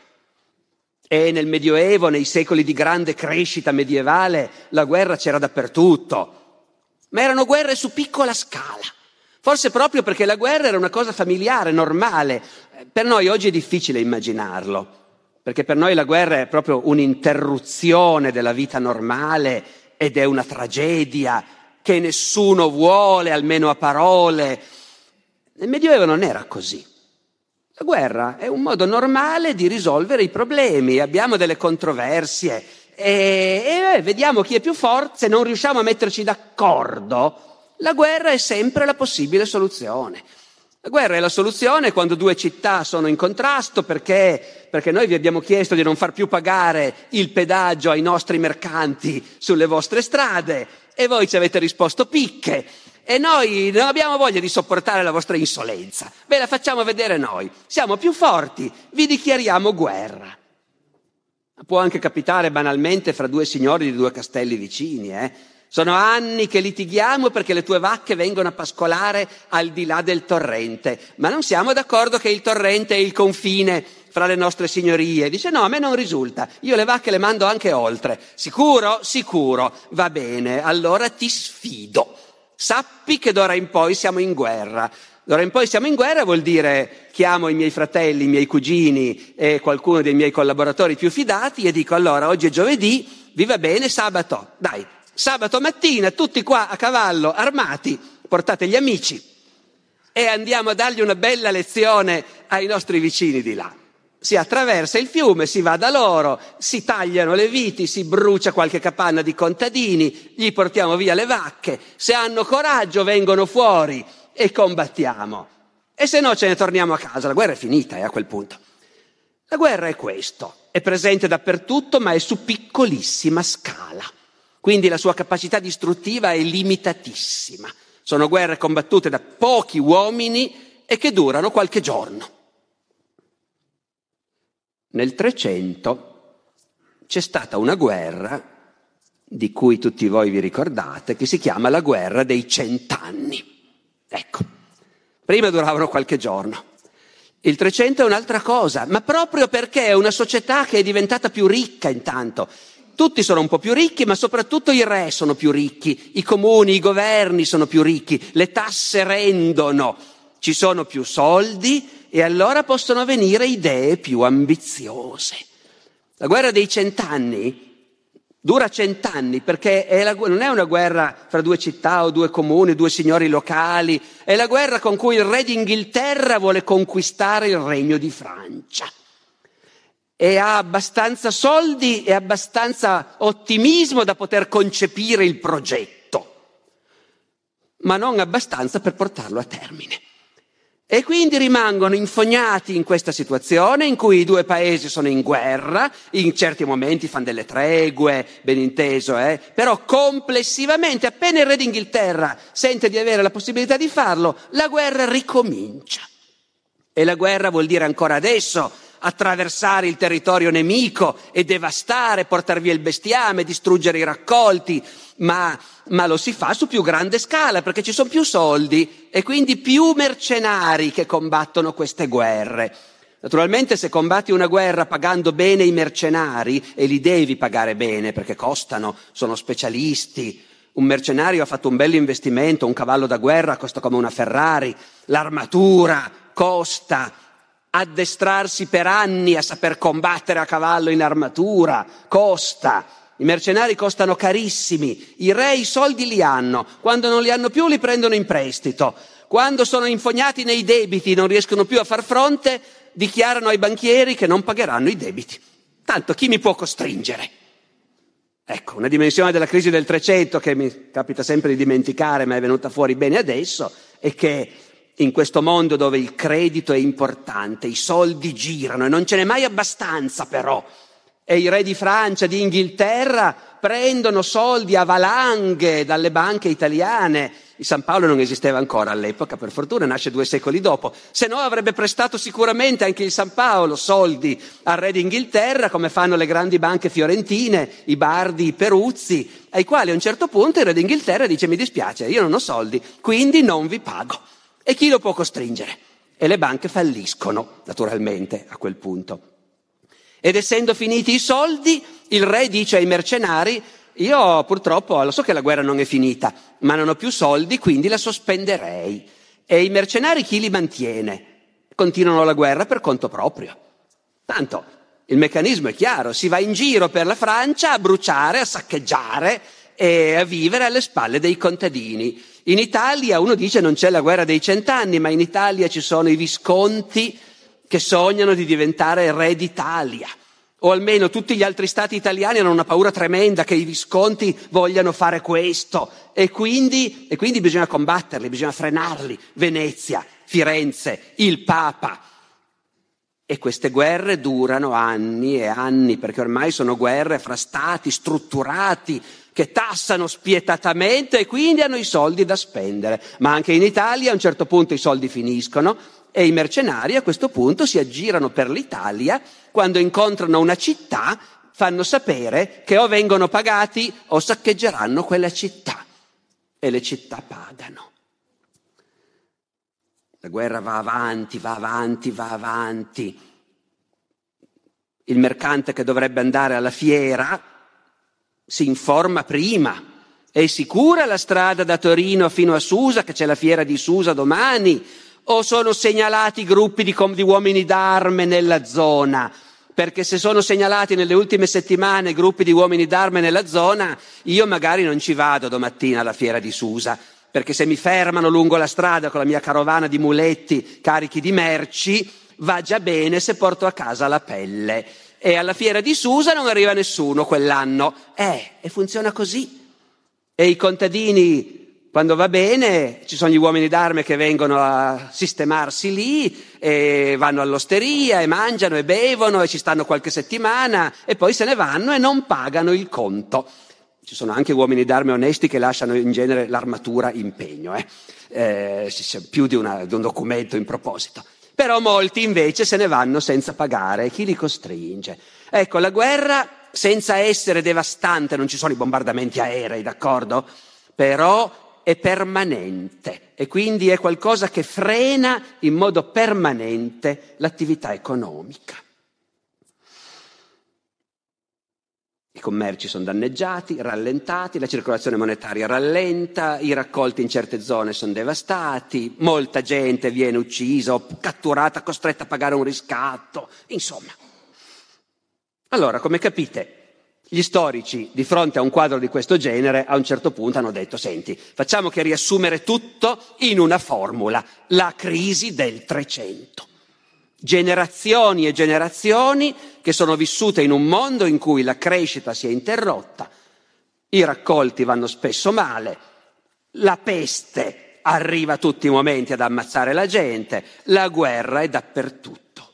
E nel Medioevo, nei secoli di grande crescita medievale, la guerra c'era dappertutto. Ma erano guerre su piccola scala. Forse proprio perché la guerra era una cosa familiare, normale. Per noi oggi è difficile immaginarlo, perché per noi la guerra è proprio un'interruzione della vita normale ed è una tragedia che nessuno vuole, almeno a parole. Nel Medioevo non era così. La guerra è un modo normale di risolvere i problemi. Abbiamo delle controversie e, e vediamo chi è più forte. Se non riusciamo a metterci d'accordo, la guerra è sempre la possibile soluzione. La guerra è la soluzione quando due città sono in contrasto perché, perché noi vi abbiamo chiesto di non far più pagare il pedaggio ai nostri mercanti sulle vostre strade e voi ci avete risposto picche. E noi non abbiamo voglia di sopportare la vostra insolenza. Ve la facciamo vedere noi. Siamo più forti, vi dichiariamo guerra. Può anche capitare banalmente fra due signori di due castelli vicini, eh. Sono anni che litighiamo perché le tue vacche vengono a pascolare al di là del torrente, ma non siamo d'accordo che il torrente è il confine fra le nostre signorie. Dice no, a me non risulta, io le vacche le mando anche oltre. Sicuro? Sicuro. Va bene, allora ti sfido. Sappi che d'ora in poi siamo in guerra. D'ora in poi siamo in guerra vuol dire chiamo i miei fratelli, i miei cugini e qualcuno dei miei collaboratori più fidati e dico allora oggi è giovedì, vi va bene sabato? Dai, sabato mattina tutti qua a cavallo, armati, portate gli amici e andiamo a dargli una bella lezione ai nostri vicini di là. Si attraversa il fiume, si va da loro, si tagliano le viti, si brucia qualche capanna di contadini, gli portiamo via le vacche, se hanno coraggio vengono fuori e combattiamo. E se no ce ne torniamo a casa, la guerra è finita eh, a quel punto. La guerra è questo, è presente dappertutto ma è su piccolissima scala, quindi la sua capacità distruttiva è limitatissima. Sono guerre combattute da pochi uomini e che durano qualche giorno. Nel Trecento c'è stata una guerra di cui tutti voi vi ricordate, che si chiama la guerra dei cent'anni. Ecco, prima duravano qualche giorno. Il Trecento è un'altra cosa, ma proprio perché è una società che è diventata più ricca intanto. Tutti sono un po' più ricchi, ma soprattutto i re sono più ricchi, i comuni, i governi sono più ricchi, le tasse rendono, ci sono più soldi e allora possono venire idee più ambiziose. La guerra dei cent'anni dura cent'anni perché è la, non è una guerra fra due città o due comuni, due signori locali, è la guerra con cui il re d'Inghilterra vuole conquistare il regno di Francia. E ha abbastanza soldi e abbastanza ottimismo da poter concepire il progetto, ma non abbastanza per portarlo a termine. E quindi rimangono infognati in questa situazione in cui i due paesi sono in guerra, in certi momenti fanno delle tregue, ben inteso, eh? Però complessivamente appena il re d'Inghilterra sente di avere la possibilità di farlo, la guerra ricomincia. E la guerra vuol dire ancora adesso attraversare il territorio nemico e devastare, portar via il bestiame, distruggere i raccolti, ma, ma lo si fa su più grande scala perché ci sono più soldi e quindi più mercenari che combattono queste guerre. Naturalmente se combatti una guerra pagando bene i mercenari, e li devi pagare bene perché costano, sono specialisti. Un mercenario ha fatto un bel investimento, un cavallo da guerra costa come una Ferrari, l'armatura costa, addestrarsi per anni a saper combattere a cavallo in armatura costa, i mercenari costano carissimi, i re i soldi li hanno, quando non li hanno più li prendono in prestito, quando sono infognati nei debiti non riescono più a far fronte, dichiarano ai banchieri che non pagheranno i debiti. Tanto chi mi può costringere? Ecco, una dimensione della crisi del Trecento che mi capita sempre di dimenticare, ma è venuta fuori bene adesso, è che in questo mondo dove il credito è importante, i soldi girano e non ce n'è mai abbastanza però, e i re di Francia, di Inghilterra prendono soldi a valanghe dalle banche italiane. Il San Paolo non esisteva ancora all'epoca, per fortuna, nasce due secoli dopo, se no avrebbe prestato sicuramente anche il San Paolo soldi al re d'Inghilterra, come fanno le grandi banche fiorentine, i Bardi, i Peruzzi, ai quali a un certo punto il re d'Inghilterra dice: mi dispiace, io non ho soldi, quindi non vi pago. E chi lo può costringere? E le banche falliscono, naturalmente, a quel punto. Ed essendo finiti i soldi, il re dice ai mercenari: io purtroppo lo so che la guerra non è finita, ma non ho più soldi, quindi la sospenderei. E i mercenari chi li mantiene? Continuano la guerra per conto proprio. Tanto il meccanismo è chiaro, si va in giro per la Francia a bruciare, a saccheggiare e a vivere alle spalle dei contadini. In Italia uno dice non c'è la guerra dei cent'anni, ma in Italia ci sono i Visconti che sognano di diventare re d'Italia. O almeno tutti gli altri stati italiani hanno una paura tremenda che i Visconti vogliano fare questo e quindi, e quindi bisogna combatterli, bisogna frenarli. Venezia, Firenze, il Papa. E queste guerre durano anni e anni, perché ormai sono guerre fra stati strutturati che tassano spietatamente e quindi hanno i soldi da spendere. Ma anche in Italia a un certo punto i soldi finiscono e i mercenari a questo punto si aggirano per l'Italia, quando incontrano una città fanno sapere che o vengono pagati o saccheggeranno quella città e le città pagano. La guerra va avanti, va avanti, va avanti. Il mercante che dovrebbe andare alla fiera si informa prima. È sicura la strada da Torino fino a Susa, che c'è la fiera di Susa domani? O sono segnalati gruppi di, di uomini d'arme nella zona? Perché se sono segnalati nelle ultime settimane gruppi di uomini d'arme nella zona, io magari non ci vado domattina alla fiera di Susa, perché se mi fermano lungo la strada con la mia carovana di muletti carichi di merci, va già bene se porto a casa la pelle. E alla fiera di Susa non arriva nessuno quell'anno. Eh, e funziona così. E i contadini, quando va bene, ci sono gli uomini d'arme che vengono a sistemarsi lì e vanno all'osteria e mangiano e bevono e ci stanno qualche settimana e poi se ne vanno e non pagano il conto. Ci sono anche uomini d'arme onesti che lasciano in genere l'armatura in pegno, eh? Eh, c'è più di, una, di un documento in proposito. Però molti invece se ne vanno senza pagare. Chi li costringe? Ecco, la guerra, senza essere devastante, non ci sono i bombardamenti aerei, d'accordo? Però è permanente e quindi è qualcosa che frena in modo permanente l'attività economica. I commerci sono danneggiati, rallentati, la circolazione monetaria rallenta, i raccolti in certe zone sono devastati, molta gente viene uccisa o catturata, costretta a pagare un riscatto, insomma. Allora, come capite, gli storici, di fronte a un quadro di questo genere, a un certo punto hanno detto: senti, facciamo che riassumere tutto in una formula, la crisi del Trecento. Generazioni e generazioni che sono vissute in un mondo in cui la crescita si è interrotta, i raccolti vanno spesso male, la peste arriva a tutti i momenti ad ammazzare la gente, la guerra è dappertutto.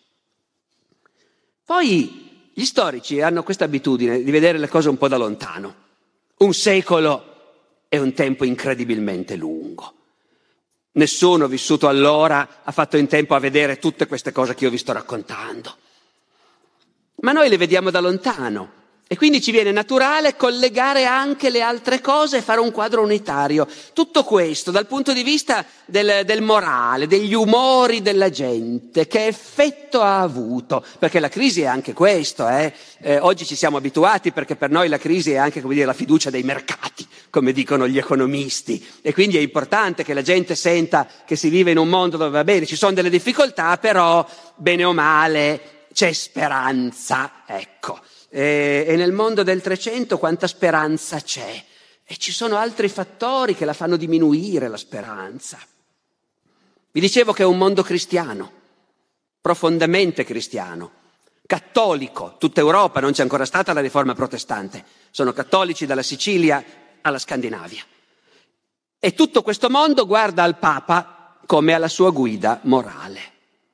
Poi gli storici hanno questa abitudine di vedere le cose un po' da lontano. Un secolo è un tempo incredibilmente lungo. Nessuno vissuto allora ha fatto in tempo a vedere tutte queste cose che io vi sto raccontando. ma noi le vediamo da lontano. E quindi ci viene naturale collegare anche le altre cose e fare un quadro unitario. Tutto questo dal punto di vista del, del morale, degli umori della gente, che effetto ha avuto? Perché la crisi è anche questo, eh? Eh, oggi ci siamo abituati perché per noi la crisi è anche, come dire, la fiducia dei mercati, come dicono gli economisti. E quindi è importante che la gente senta che si vive in un mondo dove va bene, ci sono delle difficoltà, però bene o male c'è speranza, ecco. E, e nel mondo del Trecento quanta speranza c'è? E ci sono altri fattori che la fanno diminuire la speranza. Vi dicevo che è un mondo cristiano, profondamente cristiano, cattolico. Tutta Europa, non c'è ancora stata la riforma protestante, sono cattolici dalla Sicilia alla Scandinavia. E tutto questo mondo guarda al Papa come alla sua guida morale.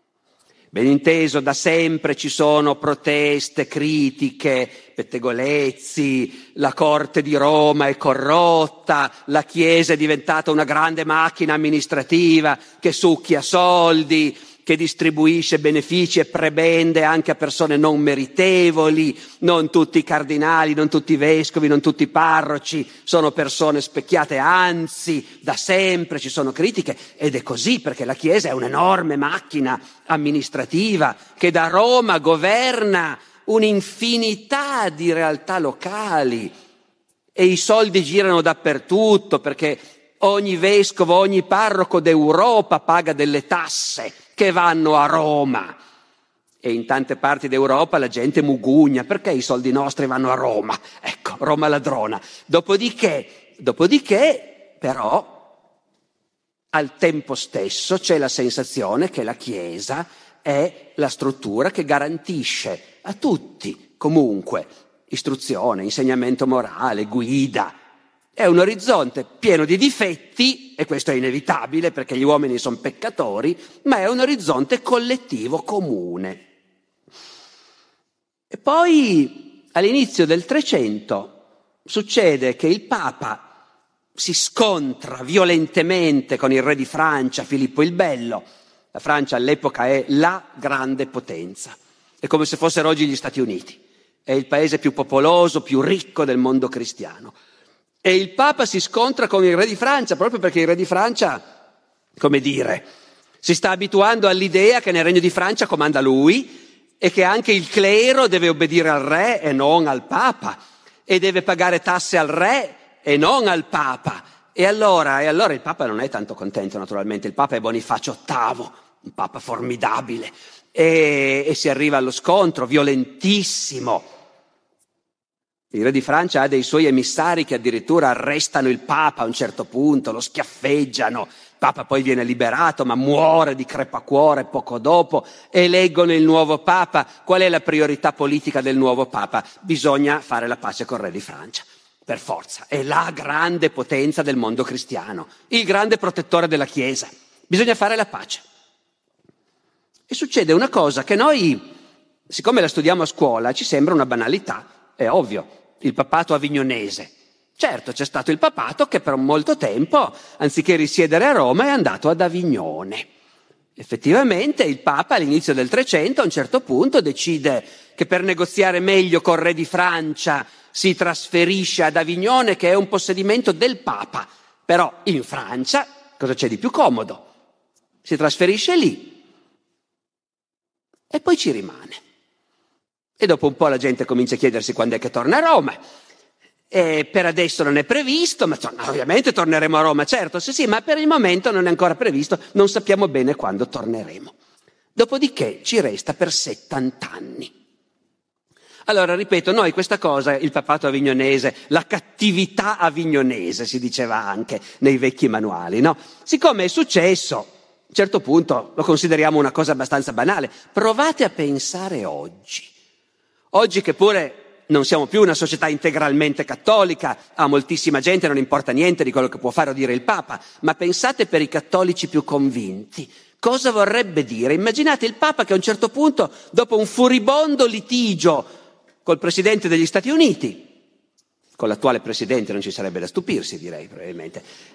Ben inteso, da sempre ci sono proteste, critiche, pettegolezzi, la Corte di Roma è corrotta, la Chiesa è diventata una grande macchina amministrativa che succhia soldi, che distribuisce benefici e prebende anche a persone non meritevoli. Non tutti i cardinali, non tutti i vescovi, non tutti i parroci sono persone specchiate, anzi da sempre ci sono critiche, ed è così perché la Chiesa è un'enorme macchina amministrativa che da Roma governa un'infinità di realtà locali e i soldi girano dappertutto perché ogni vescovo, ogni parroco d'Europa paga delle tasse che vanno a Roma. E in tante parti d'Europa la gente mugugna, perché i soldi nostri vanno a Roma? Ecco, Roma ladrona. Dopodiché, dopodiché, però, al tempo stesso c'è la sensazione che la Chiesa è la struttura che garantisce a tutti, comunque, istruzione, insegnamento morale, guida. È un orizzonte pieno di difetti, e questo è inevitabile perché gli uomini sono peccatori, ma è un orizzonte collettivo comune. E poi, all'inizio del Trecento, succede che il Papa si scontra violentemente con il re di Francia, Filippo il Bello. La Francia all'epoca è la grande potenza, è come se fossero oggi gli Stati Uniti, è il paese più popoloso, più ricco del mondo cristiano. E il Papa si scontra con il re di Francia, proprio perché il re di Francia, come dire, si sta abituando all'idea che nel regno di Francia comanda lui e che anche il clero deve obbedire al re e non al Papa, e deve pagare tasse al re e non al Papa. E allora, e allora il Papa non è tanto contento, naturalmente. Il Papa è Bonifacio ottavo, un Papa formidabile, e, e si arriva allo scontro violentissimo. Il re di Francia ha dei suoi emissari che addirittura arrestano il Papa a un certo punto, lo schiaffeggiano. Il Papa poi viene liberato, ma muore di crepacuore poco dopo. Eleggono il nuovo Papa. Qual è la priorità politica del nuovo Papa? Bisogna fare la pace col re di Francia, per forza. È la grande potenza del mondo cristiano, il grande protettore della Chiesa. Bisogna fare la pace. E succede una cosa che noi, siccome la studiamo a scuola, ci sembra una banalità, è ovvio. Il papato avignonese. Certo, c'è stato il papato che per molto tempo, anziché risiedere a Roma, è andato ad Avignone. Effettivamente il Papa all'inizio del Trecento a un certo punto decide che per negoziare meglio col re di Francia si trasferisce ad Avignone, che è un possedimento del Papa. Però in Francia cosa c'è di più comodo? Si trasferisce lì e poi ci rimane. E dopo un po' la gente comincia a chiedersi quando è che torna a Roma. E per adesso non è previsto, ma torna, ovviamente torneremo a Roma, certo, sì sì, ma per il momento non è ancora previsto, non sappiamo bene quando torneremo. Dopodiché ci resta per settanta anni. Allora, ripeto, noi questa cosa, il papato avignonese, la cattività avignonese, si diceva anche nei vecchi manuali, no? Siccome è successo, a un certo punto lo consideriamo una cosa abbastanza banale. Provate a pensare oggi. Oggi che pure non siamo più una società integralmente cattolica, a moltissima gente non importa niente di quello che può fare o dire il Papa, ma pensate per i cattolici più convinti. Cosa vorrebbe dire? Immaginate il Papa che a un certo punto, dopo un furibondo litigio col Presidente degli Stati Uniti, con l'attuale Presidente non ci sarebbe da stupirsi, direi probabilmente,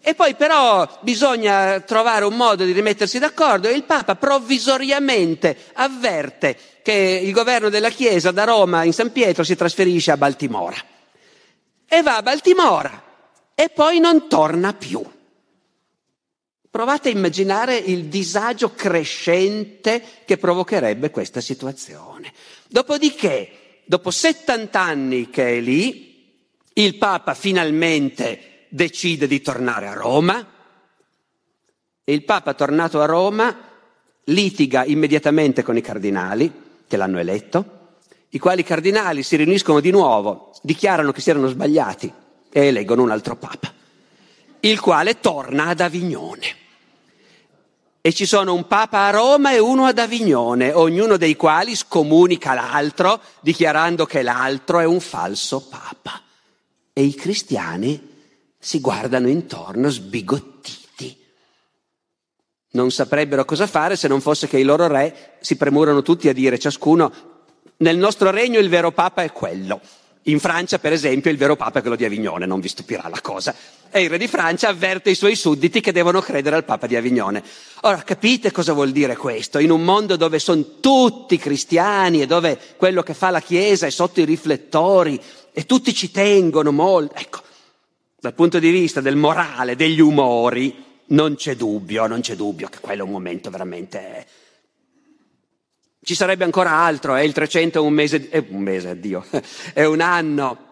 E poi però bisogna trovare un modo di rimettersi d'accordo e il Papa provvisoriamente avverte che il governo della Chiesa da Roma in San Pietro si trasferisce a Baltimora. E va a Baltimora e poi non torna più. Provate a immaginare il disagio crescente che provocherebbe questa situazione. Dopodiché, dopo settanta anni che è lì, il Papa finalmente decide di tornare a Roma e il Papa, tornato a Roma, litiga immediatamente con i cardinali che l'hanno eletto, i quali cardinali si riuniscono di nuovo, dichiarano che si erano sbagliati e eleggono un altro Papa, il quale torna ad Avignone. E ci sono un Papa a Roma e uno ad Avignone, ognuno dei quali scomunica l'altro, dichiarando che l'altro è un falso Papa. E i cristiani si guardano intorno sbigottiti. Non saprebbero cosa fare se non fosse che i loro re si premurano tutti a dire ciascuno: nel nostro regno il vero Papa è quello. In Francia, per esempio, il vero Papa è quello di Avignone, non vi stupirà la cosa. E il re di Francia avverte i suoi sudditi che devono credere al Papa di Avignone. Ora, capite cosa vuol dire questo? In un mondo dove sono tutti cristiani e dove quello che fa la Chiesa è sotto i riflettori e tutti ci tengono molto, ecco, dal punto di vista del morale, degli umori, non c'è dubbio, non c'è dubbio che quello è un momento veramente... Ci sarebbe ancora altro, è il trecento, è un mese, è un mese, addio, è un anno.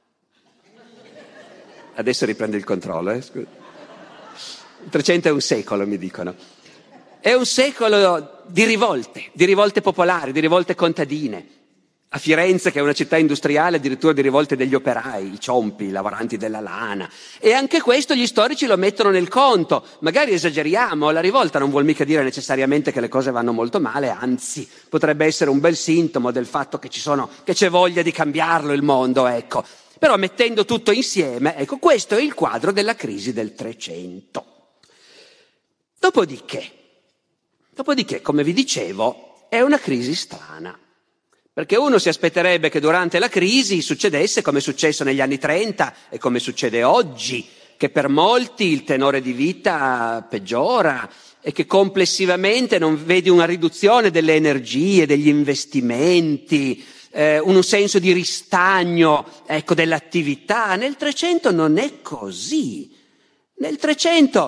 Adesso riprendo il controllo, eh? Scusa. Il trecento è un secolo, mi dicono. È un secolo di rivolte, di rivolte popolari, di rivolte contadine. A Firenze, che è una città industriale, addirittura di rivolte degli operai, i ciompi, i lavoranti della lana. E anche questo gli storici lo mettono nel conto. Magari esageriamo, la rivolta non vuol mica dire necessariamente che le cose vanno molto male, anzi, potrebbe essere un bel sintomo del fatto che ci sono, che c'è voglia di cambiarlo il mondo, ecco. Però mettendo tutto insieme, ecco, questo è il quadro della crisi del Trecento. Dopodiché, dopodiché, come vi dicevo, è una crisi strana. Perché uno si aspetterebbe che durante la crisi succedesse come è successo negli anni trenta e come succede oggi, che per molti il tenore di vita peggiora e che complessivamente non vedi una riduzione delle energie, degli investimenti, eh, un senso di ristagno, ecco, dell'attività. Nel Trecento non è così. Nel Trecento,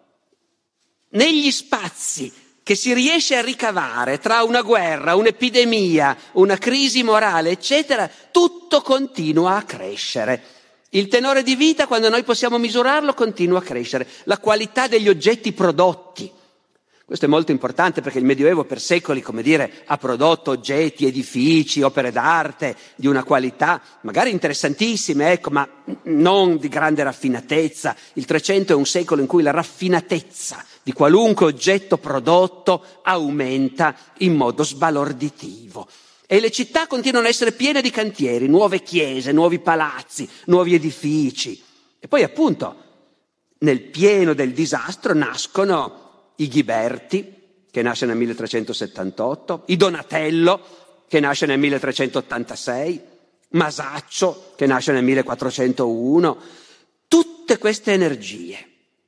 negli spazi che si riesce a ricavare tra una guerra, un'epidemia, una crisi morale, eccetera, tutto continua a crescere. Il tenore di vita, quando noi possiamo misurarlo, continua a crescere. La qualità degli oggetti prodotti. Questo è molto importante perché il Medioevo per secoli, come dire, ha prodotto oggetti, edifici, opere d'arte di una qualità magari interessantissime, ecco, ma non di grande raffinatezza. Il Trecento è un secolo in cui la raffinatezza di qualunque oggetto prodotto aumenta in modo sbalorditivo. E le città continuano a essere piene di cantieri, nuove chiese, nuovi palazzi, nuovi edifici. E poi appunto nel pieno del disastro nascono i Ghiberti, che nasce nel milletrecentosettantotto, i Donatello, che nasce nel milletrecentottantasei, Masaccio, che nasce nel millequattrocentouno, tutte queste energie.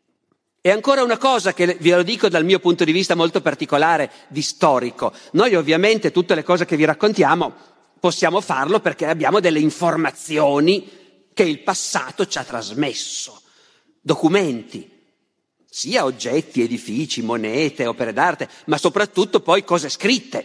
E ancora una cosa che vi lo dico dal mio punto di vista molto particolare di storico. Noi ovviamente tutte le cose che vi raccontiamo possiamo farlo perché abbiamo delle informazioni che il passato ci ha trasmesso, documenti, sia oggetti, edifici, monete, opere d'arte, ma soprattutto poi cose scritte,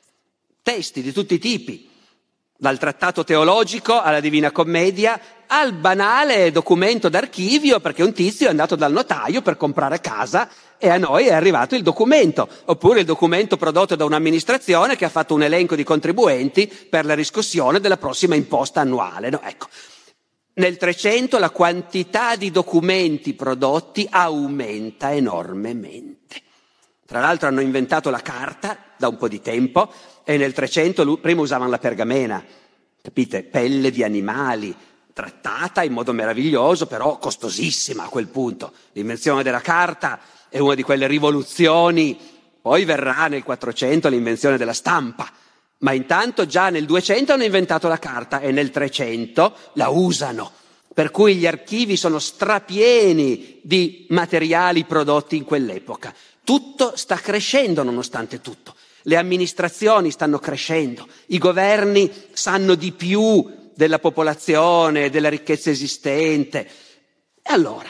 testi di tutti i tipi, dal trattato teologico alla Divina Commedia, al banale documento d'archivio perché un tizio è andato dal notaio per comprare casa e a noi è arrivato il documento, oppure il documento prodotto da un'amministrazione che ha fatto un elenco di contribuenti per la riscossione della prossima imposta annuale. No, ecco. Nel Trecento la quantità di documenti prodotti aumenta enormemente. Tra l'altro hanno inventato la carta da un po' di tempo e nel Trecento prima usavano la pergamena, capite? Pelle di animali, trattata in modo meraviglioso, però costosissima a quel punto. L'invenzione della carta è una di quelle rivoluzioni. Poi verrà nel Quattrocento l'invenzione della stampa, ma intanto già nel Duecento hanno inventato la carta e nel Trecento la usano. per cui gli archivi sono strapieni di materiali prodotti in quell'epoca. Tutto sta crescendo nonostante tutto. Le amministrazioni stanno crescendo, i governi sanno di più della popolazione, della ricchezza esistente. E allora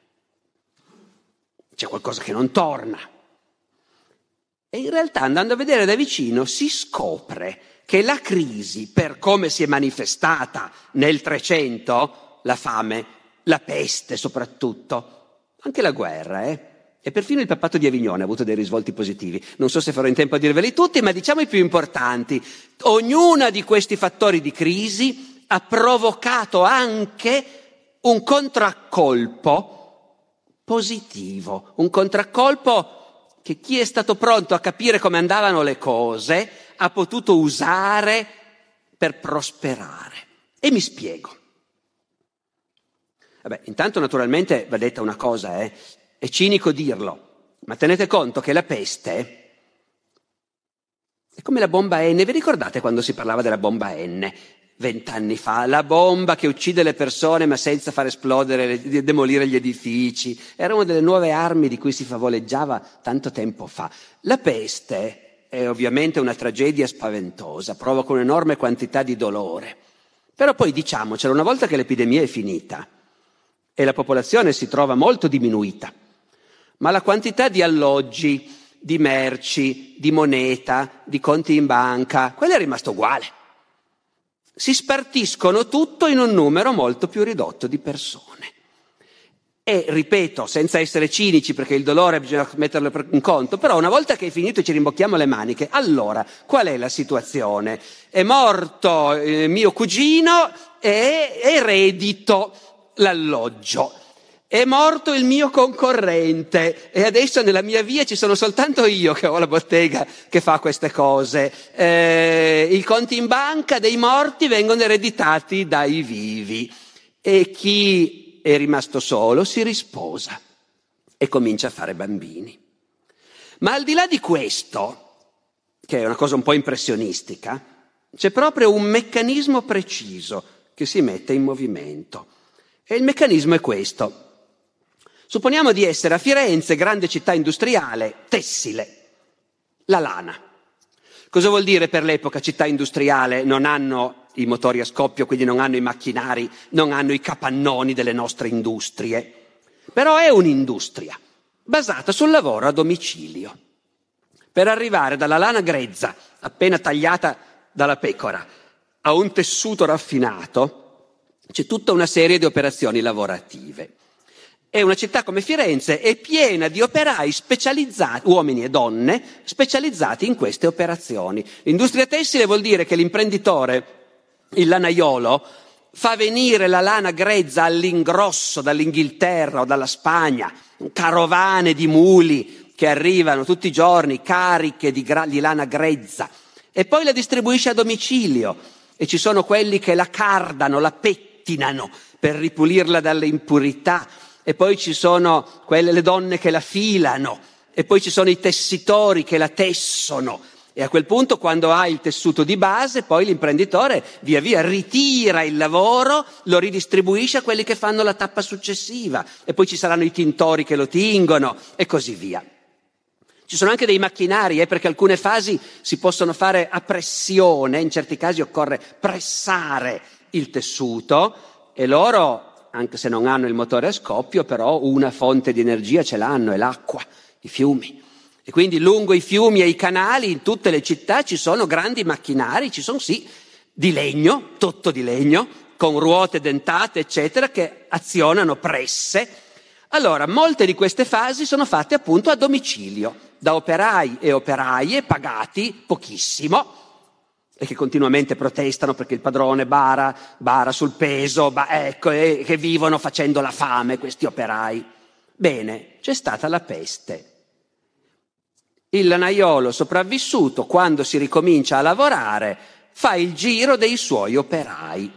c'è qualcosa che non torna. E in realtà, andando a vedere da vicino, si scopre che la crisi, per come si è manifestata nel Trecento, la fame, la peste soprattutto, anche la guerra, eh? E perfino il papato di Avignone ha avuto dei risvolti positivi. Non so se farò in tempo a dirveli tutti, ma diciamo i più importanti. Ognuna di questi fattori di crisi ha provocato anche un contraccolpo positivo, un contraccolpo che chi è stato pronto a capire come andavano le cose ha potuto usare per prosperare. E mi spiego. Vabbè, intanto naturalmente va detta una cosa, eh. È cinico dirlo, ma tenete conto che la peste è come la bomba N. Vi ricordate quando si parlava della bomba N? Vent'anni fa, la bomba che uccide le persone ma senza far esplodere, demolire gli edifici. Era una delle nuove armi di cui si favoleggiava tanto tempo fa. La peste è ovviamente una tragedia spaventosa, provoca un'enorme quantità di dolore. Però poi diciamocelo, una volta che l'epidemia è finita e la popolazione si trova molto diminuita, ma la quantità di alloggi, di merci, di moneta, di conti in banca, quella è rimasta uguale. Si spartiscono tutto in un numero molto più ridotto di persone. E, ripeto, senza essere cinici, perché il dolore bisogna metterlo in conto, però una volta che è finito e ci rimbocchiamo le maniche, allora, qual è la situazione? È morto eh, mio cugino e eredito l'alloggio. È morto il mio concorrente e adesso nella mia via ci sono soltanto io che ho la bottega che fa queste cose. Eh, I conti in banca dei morti vengono ereditati dai vivi e chi è rimasto solo si risposa e comincia a fare bambini. Ma al di là di questo, che è una cosa un po' impressionistica, c'è proprio un meccanismo preciso che si mette in movimento. E il meccanismo è questo. Supponiamo di essere a Firenze, grande città industriale, tessile, la lana. Cosa vuol dire per l'epoca città industriale? Non hanno i motori a scoppio, quindi non hanno i macchinari, non hanno i capannoni delle nostre industrie. Però è un'industria basata sul lavoro a domicilio. Per arrivare dalla lana grezza, appena tagliata dalla pecora, a un tessuto raffinato, c'è tutta una serie di operazioni lavorative. E una città come Firenze è piena di operai specializzati, uomini e donne, specializzati in queste operazioni. L'industria tessile vuol dire che l'imprenditore, il lanaiolo, fa venire la lana grezza all'ingrosso dall'Inghilterra o dalla Spagna, carovane di muli che arrivano tutti i giorni cariche di, gra- di lana grezza, e poi la distribuisce a domicilio. E ci sono quelli che la cardano, la pettinano per ripulirla dalle impurità. E poi ci sono quelle, le donne che la filano, e poi ci sono i tessitori che la tessono. E a quel punto, quando ha il tessuto di base, poi l'imprenditore via via ritira il lavoro, lo ridistribuisce a quelli che fanno la tappa successiva. E poi ci saranno i tintori che lo tingono, e così via. Ci sono anche dei macchinari, eh, perché alcune fasi si possono fare a pressione, in certi casi occorre pressare il tessuto, e loro, anche se non hanno il motore a scoppio, però una fonte di energia ce l'hanno, è l'acqua, i fiumi. E quindi lungo i fiumi e i canali, in tutte le città, ci sono grandi macchinari, ci sono sì, di legno, tutto di legno, con ruote dentate, eccetera, che azionano presse. Allora, molte di queste fasi sono fatte appunto a domicilio, da operai e operaie pagati pochissimo, e che continuamente protestano perché il padrone bara, bara sul peso, ba, ecco, e che vivono facendo la fame questi operai. Bene, c'è stata la peste. Il lanaiolo sopravvissuto, quando si ricomincia a lavorare, fa il giro dei suoi operai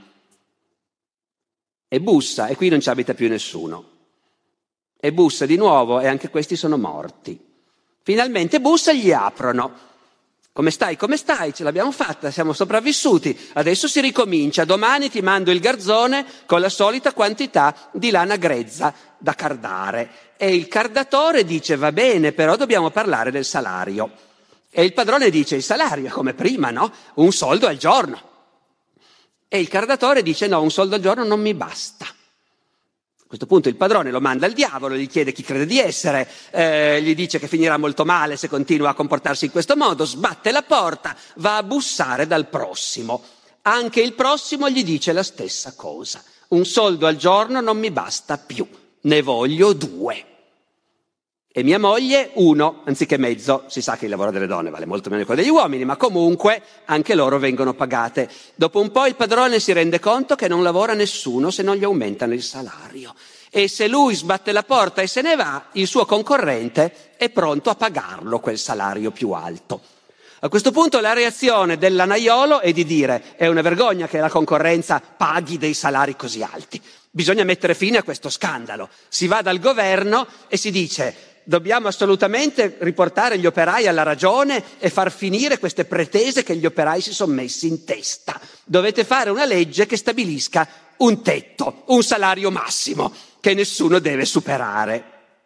e bussa, e qui non ci abita più nessuno. E bussa di nuovo, e anche questi sono morti. Finalmente bussa e gli aprono. come stai, come stai, ce l'abbiamo fatta, siamo sopravvissuti, adesso si ricomincia, domani ti mando il garzone con la solita quantità di lana grezza da cardare. E il cardatore dice, va bene, però dobbiamo parlare del salario. E il padrone dice, il salario è come prima, no? Un soldo al giorno. E il cardatore dice, no, un soldo al giorno non mi basta. A questo punto il padrone lo manda al diavolo, gli chiede chi crede di essere, eh, gli dice che finirà molto male se continua a comportarsi in questo modo, sbatte la porta, va a bussare dal prossimo. Anche il prossimo gli dice la stessa cosa. Un soldo al giorno non mi basta più, ne voglio due. E mia moglie uno, anziché mezzo. Si sa che il lavoro delle donne vale molto meno di quello degli uomini, ma comunque anche loro vengono pagate. Dopo un po' il padrone si rende conto che non lavora nessuno se non gli aumentano il salario. E se lui sbatte la porta e se ne va, il suo concorrente è pronto a pagarlo quel salario più alto. A questo punto la reazione dell'anaiolo è di dire: è una vergogna che la concorrenza paghi dei salari così alti. Bisogna mettere fine a questo scandalo. Si va dal governo e si dice: dobbiamo assolutamente riportare gli operai alla ragione e far finire queste pretese che gli operai si sono messi in testa. Dovete fare una legge che stabilisca un tetto, un salario massimo che nessuno deve superare.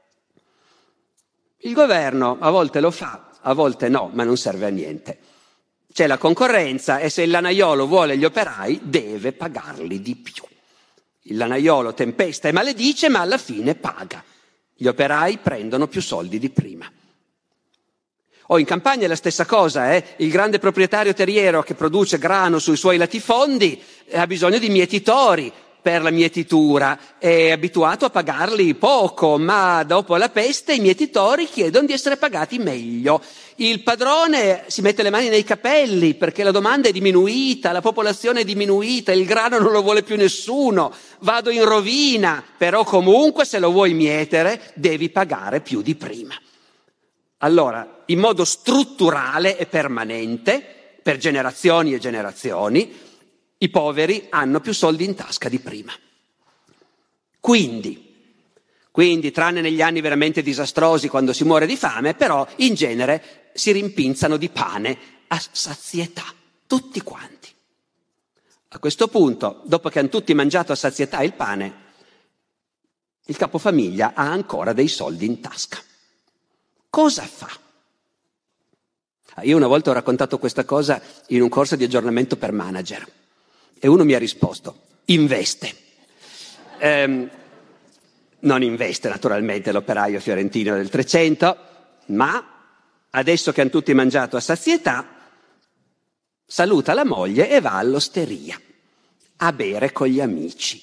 Il governo a volte lo fa, a volte no, ma non serve a niente. C'è la concorrenza e se il lanaiolo vuole gli operai deve pagarli di più. Il lanaiolo tempesta e maledice, ma alla fine paga. Gli operai prendono più soldi di prima. O in campagna è la stessa cosa, eh? Il grande proprietario terriero che produce grano sui suoi latifondi ha bisogno di mietitori per la mietitura, è abituato a pagarli poco, ma dopo la peste i mietitori chiedono di essere pagati meglio. Il padrone si mette le mani nei capelli perché la domanda è diminuita, la popolazione è diminuita, il grano non lo vuole più nessuno, vado in rovina, però comunque se lo vuoi mietere devi pagare più di prima. Allora, in modo strutturale e permanente, per generazioni e generazioni, i poveri hanno più soldi in tasca di prima. Quindi, quindi, tranne negli anni veramente disastrosi quando si muore di fame, però in genere si rimpinzano di pane a sazietà, tutti quanti. A questo punto, dopo che hanno tutti mangiato a sazietà il pane, il capofamiglia ha ancora dei soldi in tasca. Cosa fa? Io una volta ho raccontato questa cosa in un corso di aggiornamento per manager. E uno mi ha risposto, investe. Ehm, non investe naturalmente l'operaio fiorentino del Trecento, ma adesso che hanno tutti mangiato a sazietà, saluta la moglie e va all'osteria a bere con gli amici.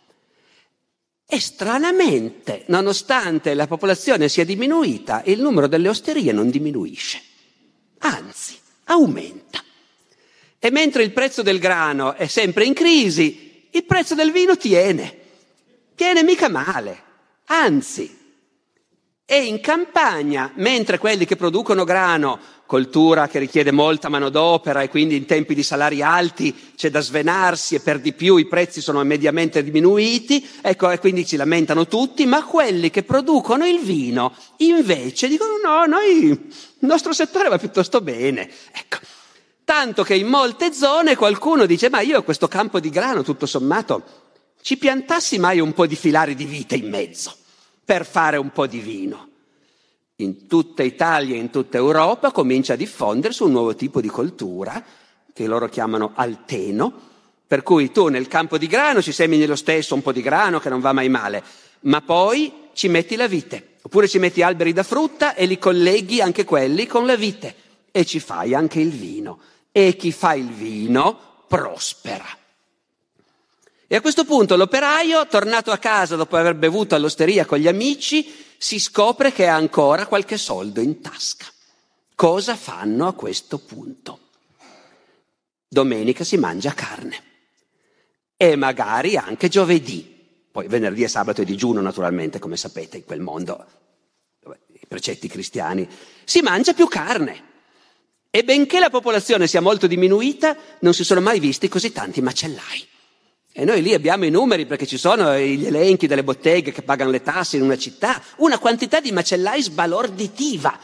E stranamente, nonostante la popolazione sia diminuita, il numero delle osterie non diminuisce, anzi aumenta. E mentre il prezzo del grano è sempre in crisi, il prezzo del vino tiene, tiene mica male, anzi. E in campagna, mentre quelli che producono grano, coltura che richiede molta manodopera e quindi in tempi di salari alti c'è da svenarsi e per di più i prezzi sono mediamente diminuiti, ecco, e quindi ci lamentano tutti, ma quelli che producono il vino invece dicono no, noi, il nostro settore va piuttosto bene, ecco. Tanto che in molte zone qualcuno dice, ma io questo campo di grano, tutto sommato, ci piantassi mai un po' di filari di vite in mezzo per fare un po' di vino. In tutta Italia e in tutta Europa comincia a diffondersi un nuovo tipo di coltura, che loro chiamano alteno, per cui tu nel campo di grano ci semini lo stesso un po' di grano che non va mai male, ma poi ci metti la vite, oppure ci metti alberi da frutta e li colleghi anche quelli con la vite e ci fai anche il vino. E chi fa il vino prospera. E a questo punto l'operaio, tornato a casa dopo aver bevuto all'osteria con gli amici, si scopre che ha ancora qualche soldo in tasca. Cosa fanno a questo punto? Domenica si mangia carne. E magari anche giovedì. Poi venerdì e sabato è digiuno naturalmente, come sapete, in quel mondo, i precetti cristiani. Si mangia più carne. E benché la popolazione sia molto diminuita, non si sono mai visti così tanti macellai. E noi lì abbiamo i numeri perché ci sono gli elenchi delle botteghe che pagano le tasse in una città, una quantità di macellai sbalorditiva.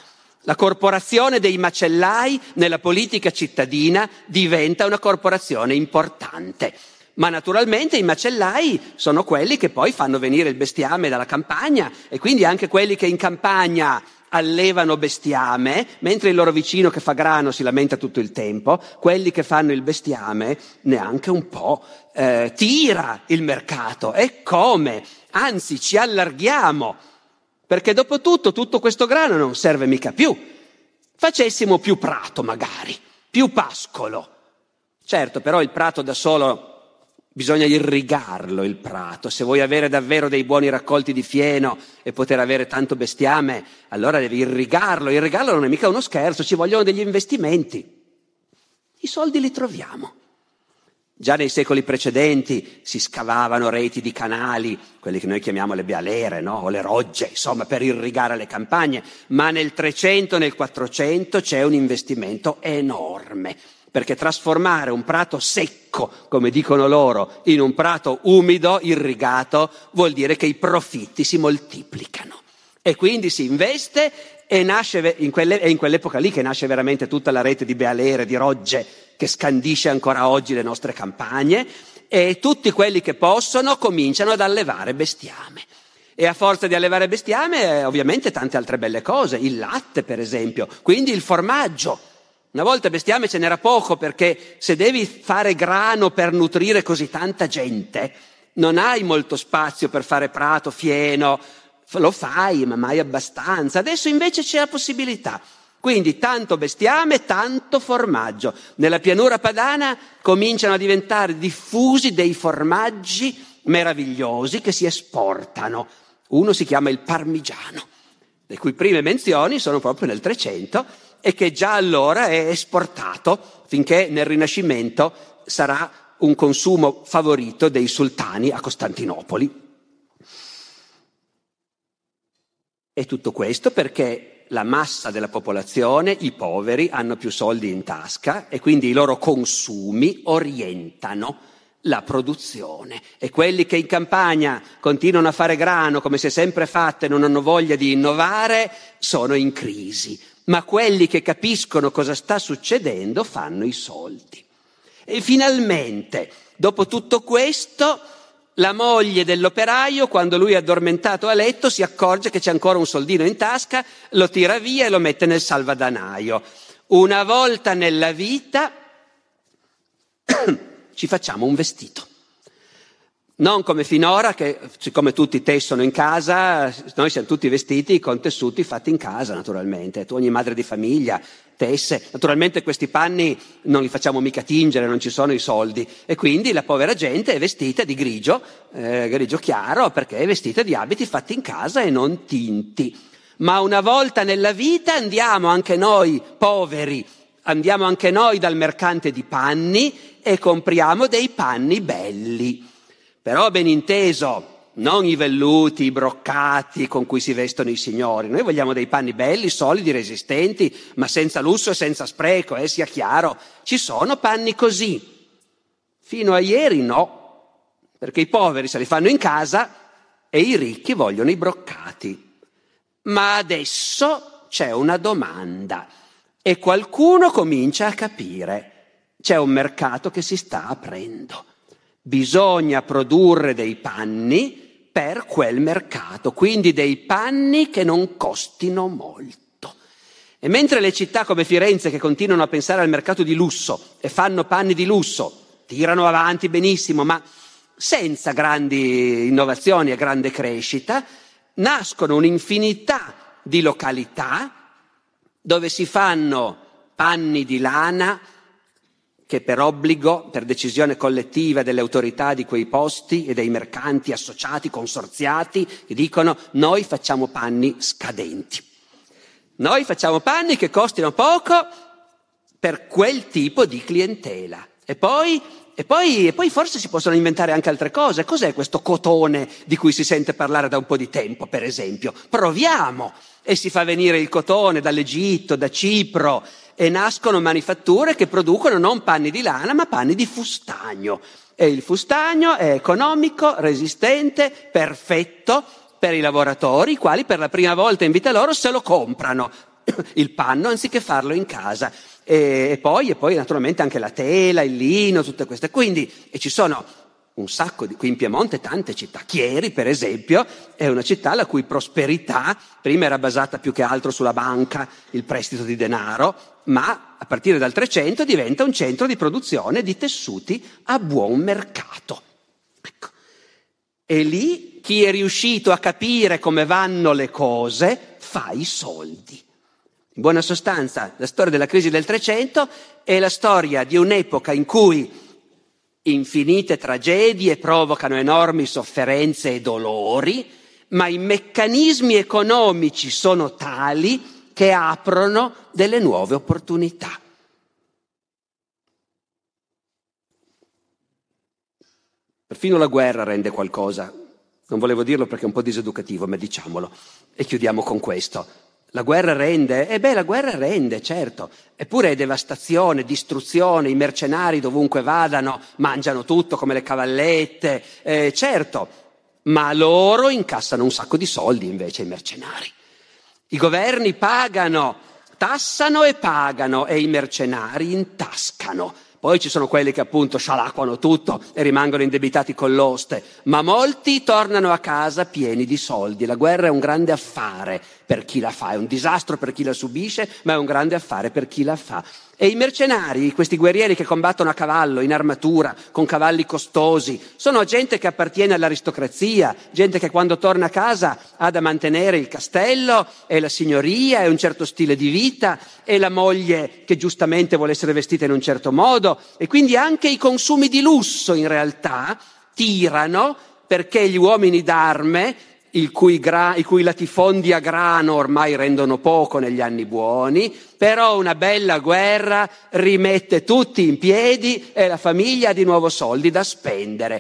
La corporazione dei macellai nella politica cittadina diventa una corporazione importante. Ma naturalmente i macellai sono quelli che poi fanno venire il bestiame dalla campagna e quindi anche quelli che in campagna allevano bestiame, mentre il loro vicino che fa grano si lamenta tutto il tempo, quelli che fanno il bestiame neanche un po' eh, tira il mercato. E come? Anzi, ci allarghiamo, perché dopo tutto, tutto questo grano non serve mica più. Facessimo più prato magari, più pascolo. Certo, però il prato da solo bisogna irrigarlo, il prato. Se vuoi avere davvero dei buoni raccolti di fieno e poter avere tanto bestiame, allora devi irrigarlo. Irrigarlo non è mica uno scherzo, ci vogliono degli investimenti. I soldi li troviamo. Già nei secoli precedenti si scavavano reti di canali, quelli che noi chiamiamo le bealere, no? O le rogge, insomma, per irrigare le campagne. Ma nel trecento, nel quattrocento c'è un investimento enorme. Perché trasformare un prato secco, come dicono loro, in un prato umido, irrigato, vuol dire che i profitti si moltiplicano. E quindi si investe e nasce in quelle, è in quell'epoca lì che nasce veramente tutta la rete di bealere, di rogge, che scandisce ancora oggi le nostre campagne, e tutti quelli che possono cominciano ad allevare bestiame. E a forza di allevare bestiame, eh, ovviamente tante altre belle cose, il latte per esempio, quindi il formaggio. Una volta bestiame ce n'era poco, perché se devi fare grano per nutrire così tanta gente, non hai molto spazio per fare prato, fieno, lo fai, ma mai abbastanza. Adesso invece c'è la possibilità. Quindi tanto bestiame, tanto formaggio. Nella pianura padana cominciano a diventare diffusi dei formaggi meravigliosi che si esportano. Uno si chiama il parmigiano, le cui prime menzioni sono proprio nel trecento, e che già allora è esportato finché nel Rinascimento sarà un consumo favorito dei sultani a Costantinopoli. E tutto questo perché la massa della popolazione, i poveri, hanno più soldi in tasca e quindi i loro consumi orientano la produzione. E quelli che in campagna continuano a fare grano come si è sempre fatto e non hanno voglia di innovare sono in crisi. Ma quelli che capiscono cosa sta succedendo fanno i soldi. E finalmente, dopo tutto questo, la moglie dell'operaio, quando lui è addormentato a letto, si accorge che c'è ancora un soldino in tasca, lo tira via e lo mette nel salvadanaio. Una volta nella vita ci facciamo un vestito. Non come finora, che siccome tutti tessono in casa, noi siamo tutti vestiti con tessuti fatti in casa naturalmente. Tu, ogni madre di famiglia tesse. Naturalmente questi panni non li facciamo mica tingere, non ci sono i soldi. E quindi la povera gente è vestita di grigio, eh, grigio chiaro, perché è vestita di abiti fatti in casa e non tinti. Ma una volta nella vita andiamo anche noi, poveri, andiamo anche noi dal mercante di panni e compriamo dei panni belli. Però ben inteso, non i velluti, i broccati con cui si vestono i signori. Noi vogliamo dei panni belli, solidi, resistenti, ma senza lusso e senza spreco, eh, sia chiaro. Ci sono panni così. Fino a ieri no, perché i poveri se li fanno in casa e i ricchi vogliono i broccati. Ma adesso c'è una domanda e qualcuno comincia a capire. C'è un mercato che si sta aprendo. Bisogna produrre dei panni per quel mercato, quindi dei panni che non costino molto. E mentre le città come Firenze, che continuano a pensare al mercato di lusso e fanno panni di lusso, tirano avanti benissimo, ma senza grandi innovazioni e grande crescita, nascono un'infinità di località dove si fanno panni di lana che per obbligo, per decisione collettiva delle autorità di quei posti e dei mercanti associati, consorziati, che dicono noi facciamo panni scadenti. Noi facciamo panni che costino poco per quel tipo di clientela. E poi, e poi, e poi forse si possono inventare anche altre cose. Cos'è questo cotone di cui si sente parlare da un po' di tempo, per esempio? Proviamo! E si fa venire il cotone dall'Egitto, da Cipro, e nascono manifatture che producono non panni di lana ma panni di fustagno. E il fustagno è economico, resistente, perfetto per i lavoratori, i quali per la prima volta in vita loro se lo comprano. il panno anziché farlo in casa. E, e, poi, e poi naturalmente anche la tela, il lino, tutte queste. Quindi, e ci sono un sacco di, qui in Piemonte tante città. Chieri, per esempio, è una città la cui prosperità prima era basata più che altro sulla banca, il prestito di denaro, ma a partire dal Trecento diventa un centro di produzione di tessuti a buon mercato. Ecco. E lì chi è riuscito a capire come vanno le cose fa i soldi. In buona sostanza, la storia della crisi del Trecento è la storia di un'epoca in cui infinite tragedie provocano enormi sofferenze e dolori, ma i meccanismi economici sono tali che aprono delle nuove opportunità. Perfino la guerra rende qualcosa. Non volevo dirlo perché è un po' diseducativo, ma diciamolo. E chiudiamo con questo. La guerra rende? Eh beh, la guerra rende, certo. Eppure è devastazione, distruzione, i mercenari dovunque vadano mangiano tutto come le cavallette, eh, certo. Ma loro incassano un sacco di soldi invece, i mercenari. I governi pagano, tassano e pagano e i mercenari intascano. Poi ci sono quelli che appunto scialacquano tutto e rimangono indebitati con l'oste, ma molti tornano a casa pieni di soldi. La guerra è un grande affare per chi la fa, è un disastro per chi la subisce, ma è un grande affare per chi la fa. E i mercenari, questi guerrieri che combattono a cavallo, in armatura, con cavalli costosi, sono gente che appartiene all'aristocrazia, gente che quando torna a casa ha da mantenere il castello e la signoria e un certo stile di vita e la moglie che giustamente vuole essere vestita in un certo modo, e quindi anche i consumi di lusso in realtà tirano perché gli uomini d'arme, il cui, gra- i cui latifondi a grano ormai rendono poco negli anni buoni, però una bella guerra rimette tutti in piedi e la famiglia ha di nuovo soldi da spendere.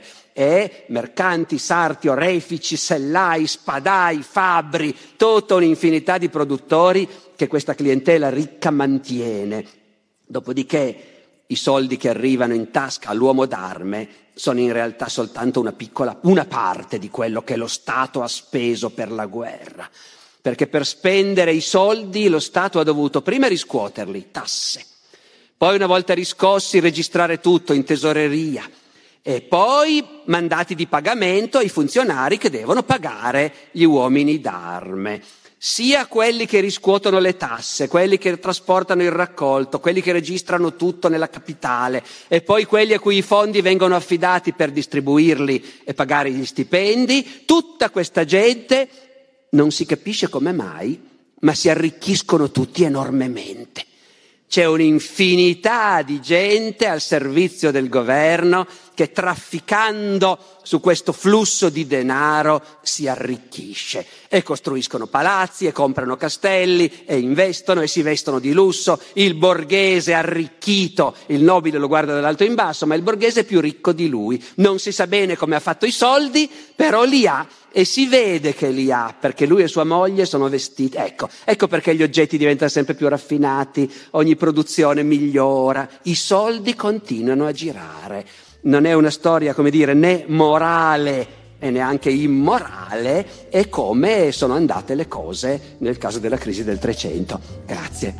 E mercanti, sarti, orefici, sellai, spadai, fabbri, tutta un'infinità di produttori che questa clientela ricca mantiene. Dopodiché i soldi che arrivano in tasca all'uomo d'arme sono in realtà soltanto una piccola, una parte di quello che lo Stato ha speso per la guerra. Perché per spendere i soldi lo Stato ha dovuto prima riscuoterli, tasse, poi una volta riscossi registrare tutto in tesoreria e poi mandati di pagamento ai funzionari che devono pagare gli uomini d'arme. Sia quelli che riscuotono le tasse, quelli che trasportano il raccolto, quelli che registrano tutto nella capitale e poi quelli a cui i fondi vengono affidati per distribuirli e pagare gli stipendi, tutta questa gente non si capisce come mai, ma si arricchiscono tutti enormemente. C'è un'infinità di gente al servizio del governo che trafficando su questo flusso di denaro si arricchisce e costruiscono palazzi e comprano castelli e investono e si vestono di lusso. Il borghese arricchito, il nobile lo guarda dall'alto in basso, ma il borghese è più ricco di lui. Non si sa bene come ha fatto i soldi, però li ha e si vede che li ha perché lui e sua moglie sono vestiti. Ecco, ecco perché gli oggetti diventano sempre più raffinati, ogni produzione migliora, i soldi continuano a girare. Non è una storia, come dire, né morale e neanche immorale, è come sono andate le cose nel caso della crisi del Trecento. Grazie.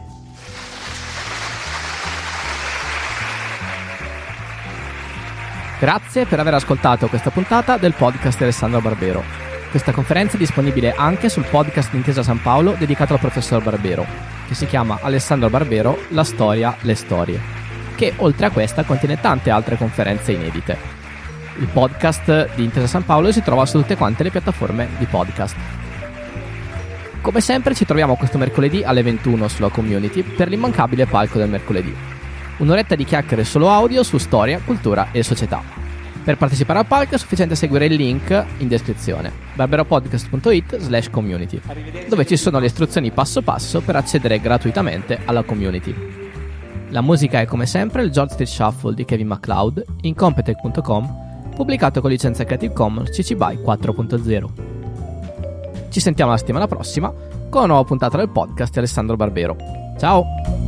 Grazie per aver ascoltato questa puntata del podcast di Alessandro Barbero. Questa conferenza è disponibile anche sul podcast di Intesa San Paolo dedicato al professor Barbero, che si chiama Alessandro Barbero, la storia, le storie, che oltre a questa contiene tante altre conferenze inedite. Il podcast di Intesa San Paolo si trova su tutte quante le piattaforme di podcast. Come sempre ci troviamo questo mercoledì alle ventuno sulla Community per l'immancabile palco del mercoledì. Un'oretta di chiacchiere solo audio su storia, cultura e società. Per partecipare al palco è sufficiente seguire il link in descrizione, barberopodcast punto it slash community, dove ci sono le istruzioni passo passo per accedere gratuitamente alla community. La musica è come sempre il George Street Shuffle di Kevin MacLeod in Competech punto com, pubblicato con licenza Creative Commons C C B Y quattro punto zero. Ci sentiamo la settimana prossima con una nuova puntata del podcast di Alessandro Barbero. Ciao!